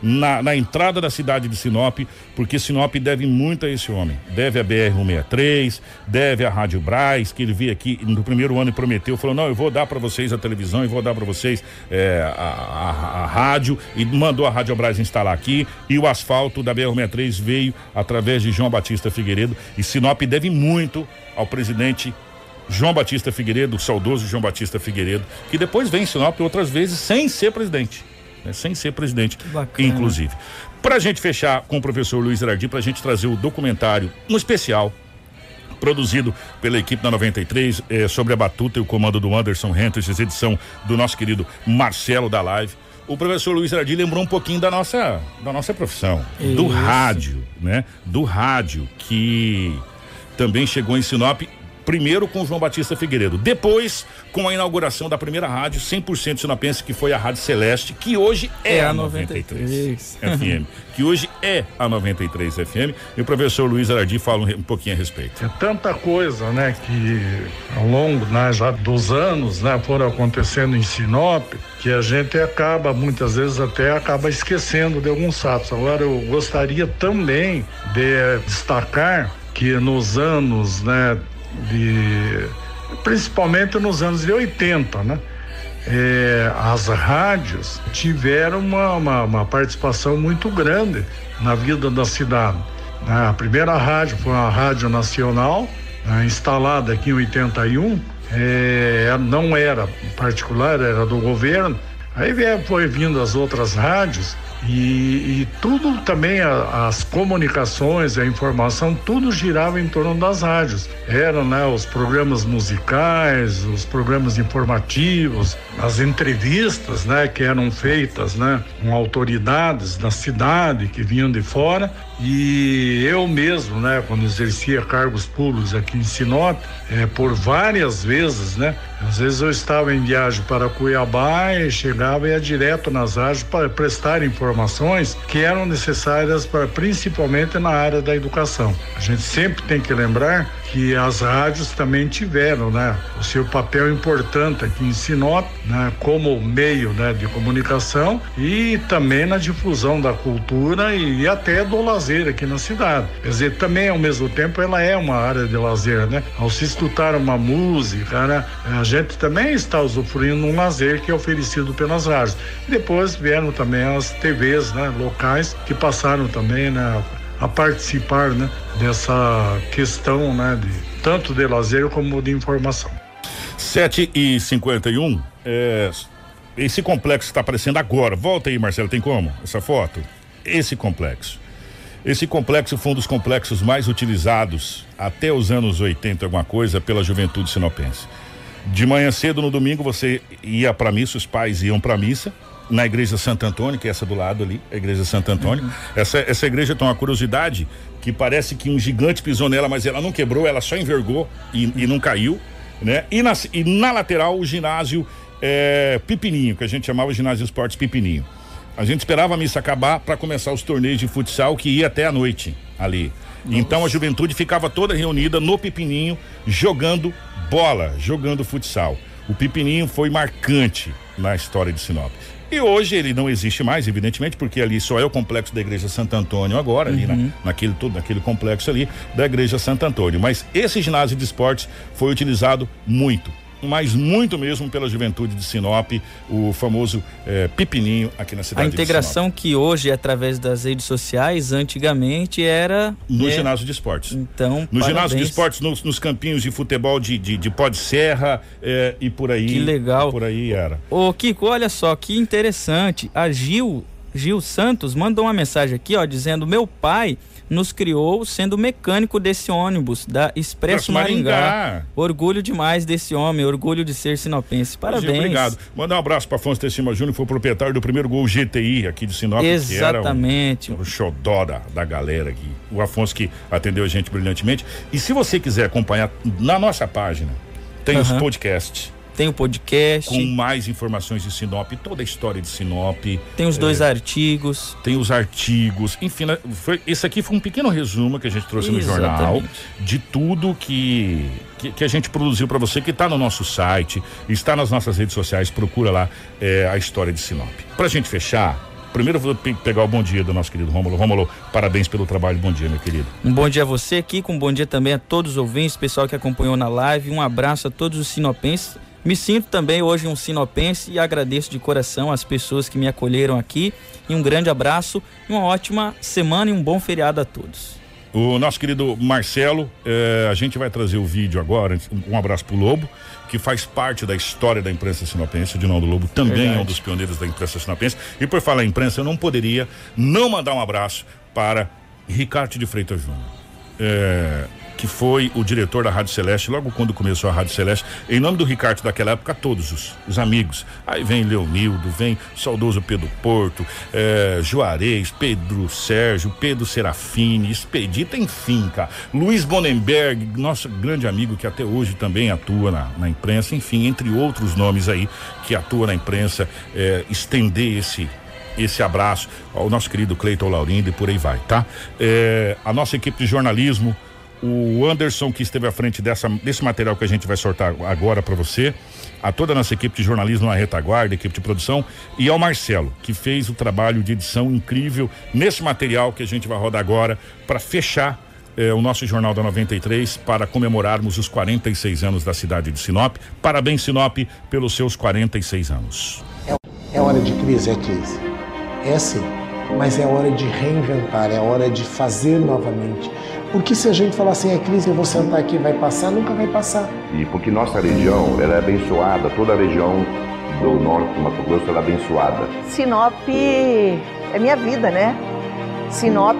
na, na entrada da cidade de Sinop, porque Sinop deve muito a esse homem. Deve a B R cento e sessenta e três, deve a Rádio Brás, que ele veio aqui no primeiro ano e prometeu, falou, não, eu vou dar para vocês a televisão, eu vou dar para vocês é, a, a, a rádio, e mandou a Rádio Brás instalar aqui, e o asfalto da B R cento e sessenta e três veio através de João Batista Figueiredo, e Sinop deve muito ao presidente João Batista Figueiredo, o saudoso João Batista Figueiredo, que depois vem em Sinop outras vezes sem ser presidente, né? Sem ser presidente, inclusive. Pra gente fechar com o professor Luiz Aradi, pra gente trazer o documentário no especial, produzido pela equipe da noventa e três, eh, sobre a batuta e o comando do Anderson Rentes, edição do nosso querido Marcelo da Live. O professor Luiz Aradi lembrou um pouquinho da nossa, da nossa profissão, Isso. do rádio, né? Do rádio, que também chegou em Sinop, primeiro com o João Batista Figueiredo, depois com a inauguração da primeira rádio cem por cento sinopense, que foi a Rádio Celeste, que hoje é, é a noventa e três F M, que hoje é a noventa e três F M, e o professor Luiz Aradi fala um, um pouquinho a respeito. É tanta coisa, né, que ao longo, né, já dos anos, né, foram acontecendo em Sinop, que a gente acaba, muitas vezes até acaba esquecendo de alguns fatos. Agora eu gostaria também de destacar que nos anos, né, de, principalmente nos anos de oitenta, né? É, as rádios tiveram uma, uma, uma participação muito grande na vida da cidade. A primeira rádio foi uma rádio nacional, né, instalada aqui em oitenta e um, é, não era particular, era do governo. Aí foi vindo as outras rádios e, e tudo também, a, as comunicações, a informação, tudo girava em torno das rádios. Eram, né, os programas musicais, os programas informativos, as entrevistas, né, que eram feitas, né, com autoridades da cidade que vinham de fora. E eu mesmo, né, quando exercia cargos públicos aqui em Sinop, é, por várias vezes, né, às vezes eu estava em viagem para Cuiabá e chegava e ia direto nas rádios para prestar informações que eram necessárias para, principalmente na área da educação. A gente sempre tem que lembrar que as rádios também tiveram, né, o seu papel importante aqui em Sinop, né, como meio, né, de comunicação e também na difusão da cultura e, e até do lazer aqui na cidade. Quer dizer, também ao mesmo tempo ela é uma área de lazer, né? Ao se escutar uma música, né, a gente também está usufruindo um lazer que é oferecido pelas rádios. Depois vieram também as T Vs, né, locais, que passaram também, né, a participar, né, dessa questão, né, de tanto de lazer como de informação. sete e cinquenta e um, é, esse complexo está aparecendo agora. Volta aí, Marcelo, tem como? Essa foto? Esse complexo. Esse complexo foi um dos complexos mais utilizados até os anos oitenta, alguma coisa, pela juventude sinopense. De manhã cedo no domingo você ia para missa, os pais iam para missa na igreja Santo Antônio, que é essa do lado ali, a igreja Santo Antônio. Uhum. Essa, essa igreja tem uma curiosidade que parece que um gigante pisou nela, mas ela não quebrou, ela só envergou e, e não caiu, né? E na, e na lateral o ginásio é, Pipininho, que a gente chamava ginásio de esportes Pipininho. A gente esperava a missa acabar para começar os torneios de futsal que ia até a noite ali. Nossa. Então a juventude ficava toda reunida no Pipininho jogando bola, jogando futsal. O Pipininho foi marcante na história de Sinop. E hoje ele não existe mais, evidentemente, porque ali só é o complexo da igreja Santo Antônio agora, uhum. ali na, naquele, todo, naquele complexo ali da igreja Santo Antônio. Mas esse ginásio de esportes foi utilizado muito, mas muito mesmo pela juventude de Sinop, o famoso eh, Pipininho aqui na cidade de Sinop. A integração que hoje é através das redes sociais, antigamente era... No é, ginásio de esportes. Então, No parabéns. ginásio de esportes, nos, nos campinhos de futebol de, de, de Pó de Serra eh, e por aí. Que legal. Por aí era. Ô Kiko, olha só, que interessante. A Gil, Gil Santos mandou uma mensagem aqui, ó, dizendo: meu pai nos criou sendo mecânico desse ônibus da Expresso Maringá. Maringá. Orgulho demais desse homem, orgulho de ser sinopense. Parabéns. Obrigado. Mandar um abraço para Afonso Teixeira Júnior, foi o proprietário do primeiro Gol G T I aqui de Sinop. Exatamente. Que era o, o xodó da, da galera aqui. O Afonso que atendeu a gente brilhantemente. E se você quiser acompanhar na nossa página, tem uhum. os podcasts. Tem o podcast. Com mais informações de Sinop, toda a história de Sinop. Tem os dois é, artigos. Tem os artigos. Enfim, foi, esse aqui foi um pequeno resumo que a gente trouxe Exatamente. no jornal de tudo que, que, que a gente produziu para você, que está no nosso site, está nas nossas redes sociais. Procura lá é, a história de Sinop. Pra gente fechar, primeiro eu vou pe- pegar o bom dia do nosso querido Rômulo. Rômulo, parabéns pelo trabalho, bom dia, meu querido. Um bom dia a você aqui, com um bom dia também a todos os ouvintes, pessoal que acompanhou na live, um abraço a todos os sinopenses. Me sinto também hoje um sinopense e agradeço de coração as pessoas que me acolheram aqui, e um grande abraço, uma ótima semana e um bom feriado a todos. O nosso querido Marcelo, eh, a gente vai trazer o vídeo agora, um abraço pro Lobo, que faz parte da história da imprensa sinopense. O Dinaldo Lobo também Verdade. é um dos pioneiros da imprensa sinopense. E por falar em imprensa, eu não poderia não mandar um abraço para Ricardo de Freitas Júnior, é, que foi o diretor da Rádio Celeste, logo quando começou a Rádio Celeste. Em nome do Ricardo daquela época, todos os, os amigos. Aí vem Leonildo, vem saudoso Pedro Porto, é, Juarez, Pedro Sérgio, Pedro Serafini, Expedita, enfim, cara. Luiz Bonenberg, nosso grande amigo que até hoje também atua na, na imprensa, enfim, entre outros nomes aí que atua na imprensa, é, estender esse esse abraço ao nosso querido Cleiton Laurindo e por aí vai, tá? É, a nossa equipe de jornalismo, o Anderson, que esteve à frente dessa, desse material que a gente vai sortar agora para você, a toda a nossa equipe de jornalismo na retaguarda, equipe de produção, e ao Marcelo, que fez o trabalho de edição incrível nesse material que a gente vai rodar agora para fechar eh, o nosso Jornal da noventa e três, para comemorarmos os quarenta e seis anos da cidade de Sinop. Parabéns, Sinop, pelos seus quarenta e seis anos. É, é hora de crise, é crise. É sim, mas é hora de reinventar, é hora de fazer novamente. Porque se a gente falar assim, é crise, eu vou sentar aqui, vai passar, nunca vai passar. E porque nossa região, ela é abençoada, toda a região do norte do Mato Grosso, ela é abençoada. Sinop é minha vida, né? Sinop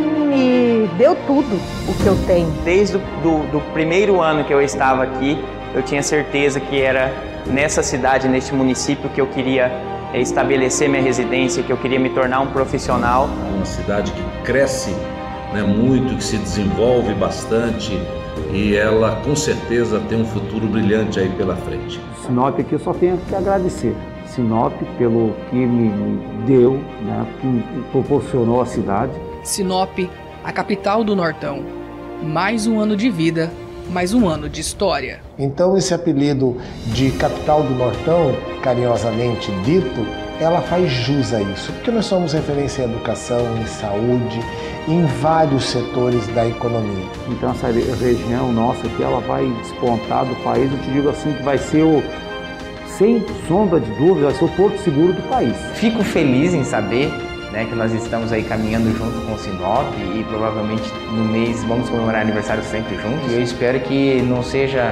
me deu tudo o que eu tenho. Desde o do, do primeiro ano que eu estava aqui, eu tinha certeza que era nessa cidade, neste município, que eu queria é, estabelecer minha residência, que eu queria me tornar um profissional. Uma cidade que cresce, né, muito, que se desenvolve bastante, e ela com certeza tem um futuro brilhante aí pela frente. Sinop aqui eu só tenho que agradecer. Sinop pelo que me deu, né, que me proporcionou a cidade. Sinop, a capital do Nortão. Mais um ano de vida, mais um ano de história. Então esse apelido de capital do Nortão, carinhosamente dito, ela faz jus a isso, porque nós somos referência em educação, em saúde, em vários setores da economia. Então essa região nossa aqui, ela vai despontar do país, eu te digo assim, que vai ser o, sem sombra de dúvida, vai ser o porto seguro do país. Fico feliz em saber, né, que nós estamos aí caminhando junto com o Sinop e provavelmente no mês vamos comemorar aniversário sempre juntos. E eu espero que não seja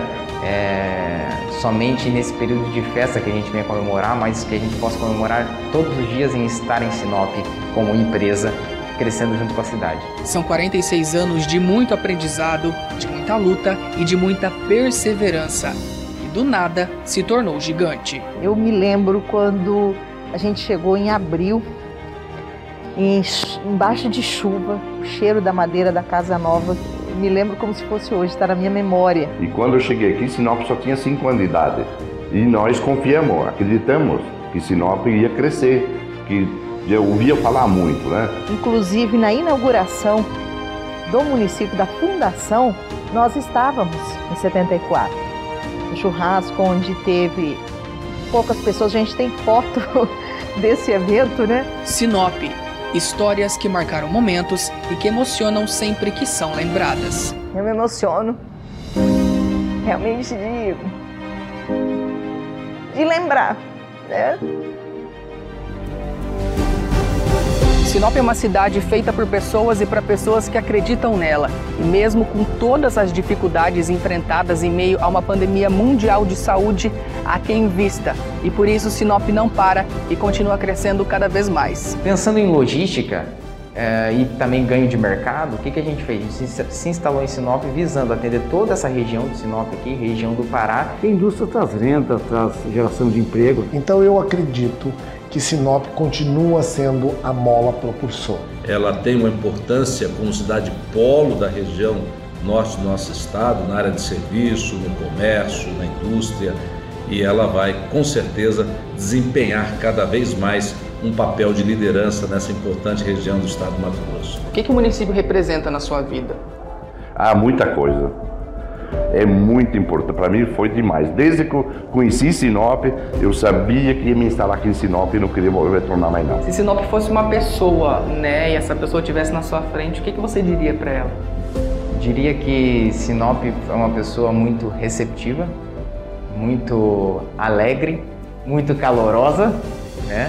é, somente nesse período de festa que a gente venha comemorar, mas que a gente possa comemorar todos os dias em estar em Sinop como empresa, crescendo junto com a cidade. São quarenta e seis anos de muito aprendizado, de muita luta e de muita perseverança. E do nada se tornou gigante. Eu me lembro quando a gente chegou em abril, em, embaixo de chuva, o cheiro da madeira da casa nova, me lembro como se fosse hoje, está na minha memória. E quando eu cheguei aqui, Sinop só tinha cinco anos de idade. E nós confiamos, acreditamos que Sinop ia crescer, que eu ouvia falar muito, né? Inclusive, na inauguração do município, da fundação, nós estávamos em setenta e quatro. Um churrasco onde teve poucas pessoas, a gente tem foto desse evento, né? Sinop, histórias que marcaram momentos e que emocionam sempre que são lembradas. Eu me emociono, realmente, de, de lembrar, né? Sinop é uma cidade feita por pessoas e para pessoas que acreditam nela. E mesmo com todas as dificuldades enfrentadas em meio a uma pandemia mundial de saúde, há quem invista. E por isso Sinop não para e continua crescendo cada vez mais. Pensando em logística é, e também ganho de mercado, o que, que a gente fez? A gente se instalou em Sinop visando atender toda essa região de Sinop aqui, região do Pará. A indústria traz renda, traz geração de emprego. Então eu acredito que Sinop continua sendo a mola propulsora. Ela tem uma importância como cidade polo da região norte do nosso estado, na área de serviço, no comércio, na indústria, e ela vai, com certeza, desempenhar cada vez mais um papel de liderança nessa importante região do estado do Mato Grosso. O que, que o município representa na sua vida? Ah, muita coisa. é muito importante. Para mim foi demais. Desde que eu conheci Sinop, eu sabia que ia me instalar aqui em Sinop e não queria retornar mais não. Se Sinop fosse uma pessoa, né, e essa pessoa estivesse na sua frente, o que, que você diria para ela? Diria que Sinop é uma pessoa muito receptiva, muito alegre, muito calorosa, né?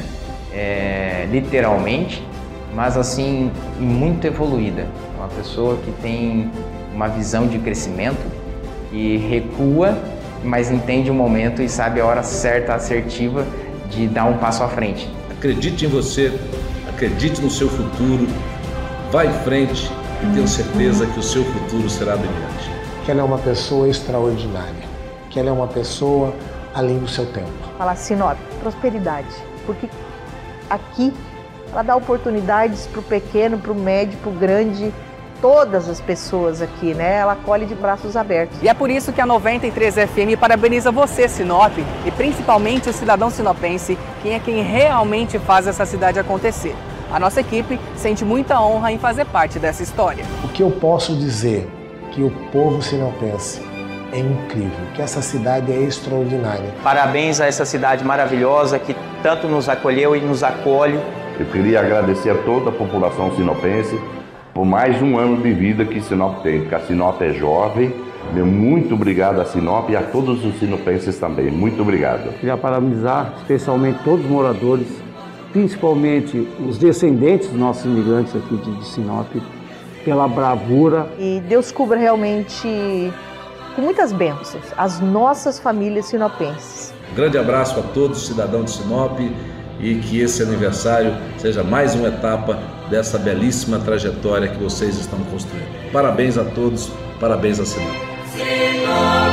É, literalmente, mas assim, muito evoluída. Uma pessoa que tem uma visão de crescimento e recua, mas entende o momento e sabe a hora certa, assertiva de dar um passo à frente. Acredite em você, acredite no seu futuro, vá em frente e tenho certeza que o seu futuro será brilhante. Que ela é uma pessoa extraordinária, que ela é uma pessoa além do seu tempo. Falar Sinop, prosperidade, porque aqui ela dá oportunidades para o pequeno, para o médio, para o grande, todas as pessoas aqui, né? Ela acolhe de braços abertos. E é por isso que a noventa e três F M parabeniza você, Sinop, e principalmente o cidadão sinopense, quem é quem realmente faz essa cidade acontecer. A nossa equipe sente muita honra em fazer parte dessa história. O que eu posso dizer que o povo sinopense é incrível, que essa cidade é extraordinária. Parabéns a essa cidade maravilhosa que tanto nos acolheu e nos acolhe. Eu queria agradecer a toda a população sinopense por mais um ano de vida que Sinop tem, porque a Sinop é jovem. Meu muito obrigado a Sinop e a todos os sinopenses também. Muito obrigado. Queria parabenizar especialmente todos os moradores, principalmente os descendentes dos nossos imigrantes aqui de, de Sinop, pela bravura. E Deus cubra realmente com muitas bênçãos as nossas famílias sinopenses. Grande abraço a todos, cidadãos de Sinop, e que esse aniversário seja mais uma etapa dessa belíssima trajetória que vocês estão construindo. Parabéns a todos, parabéns a Sinop.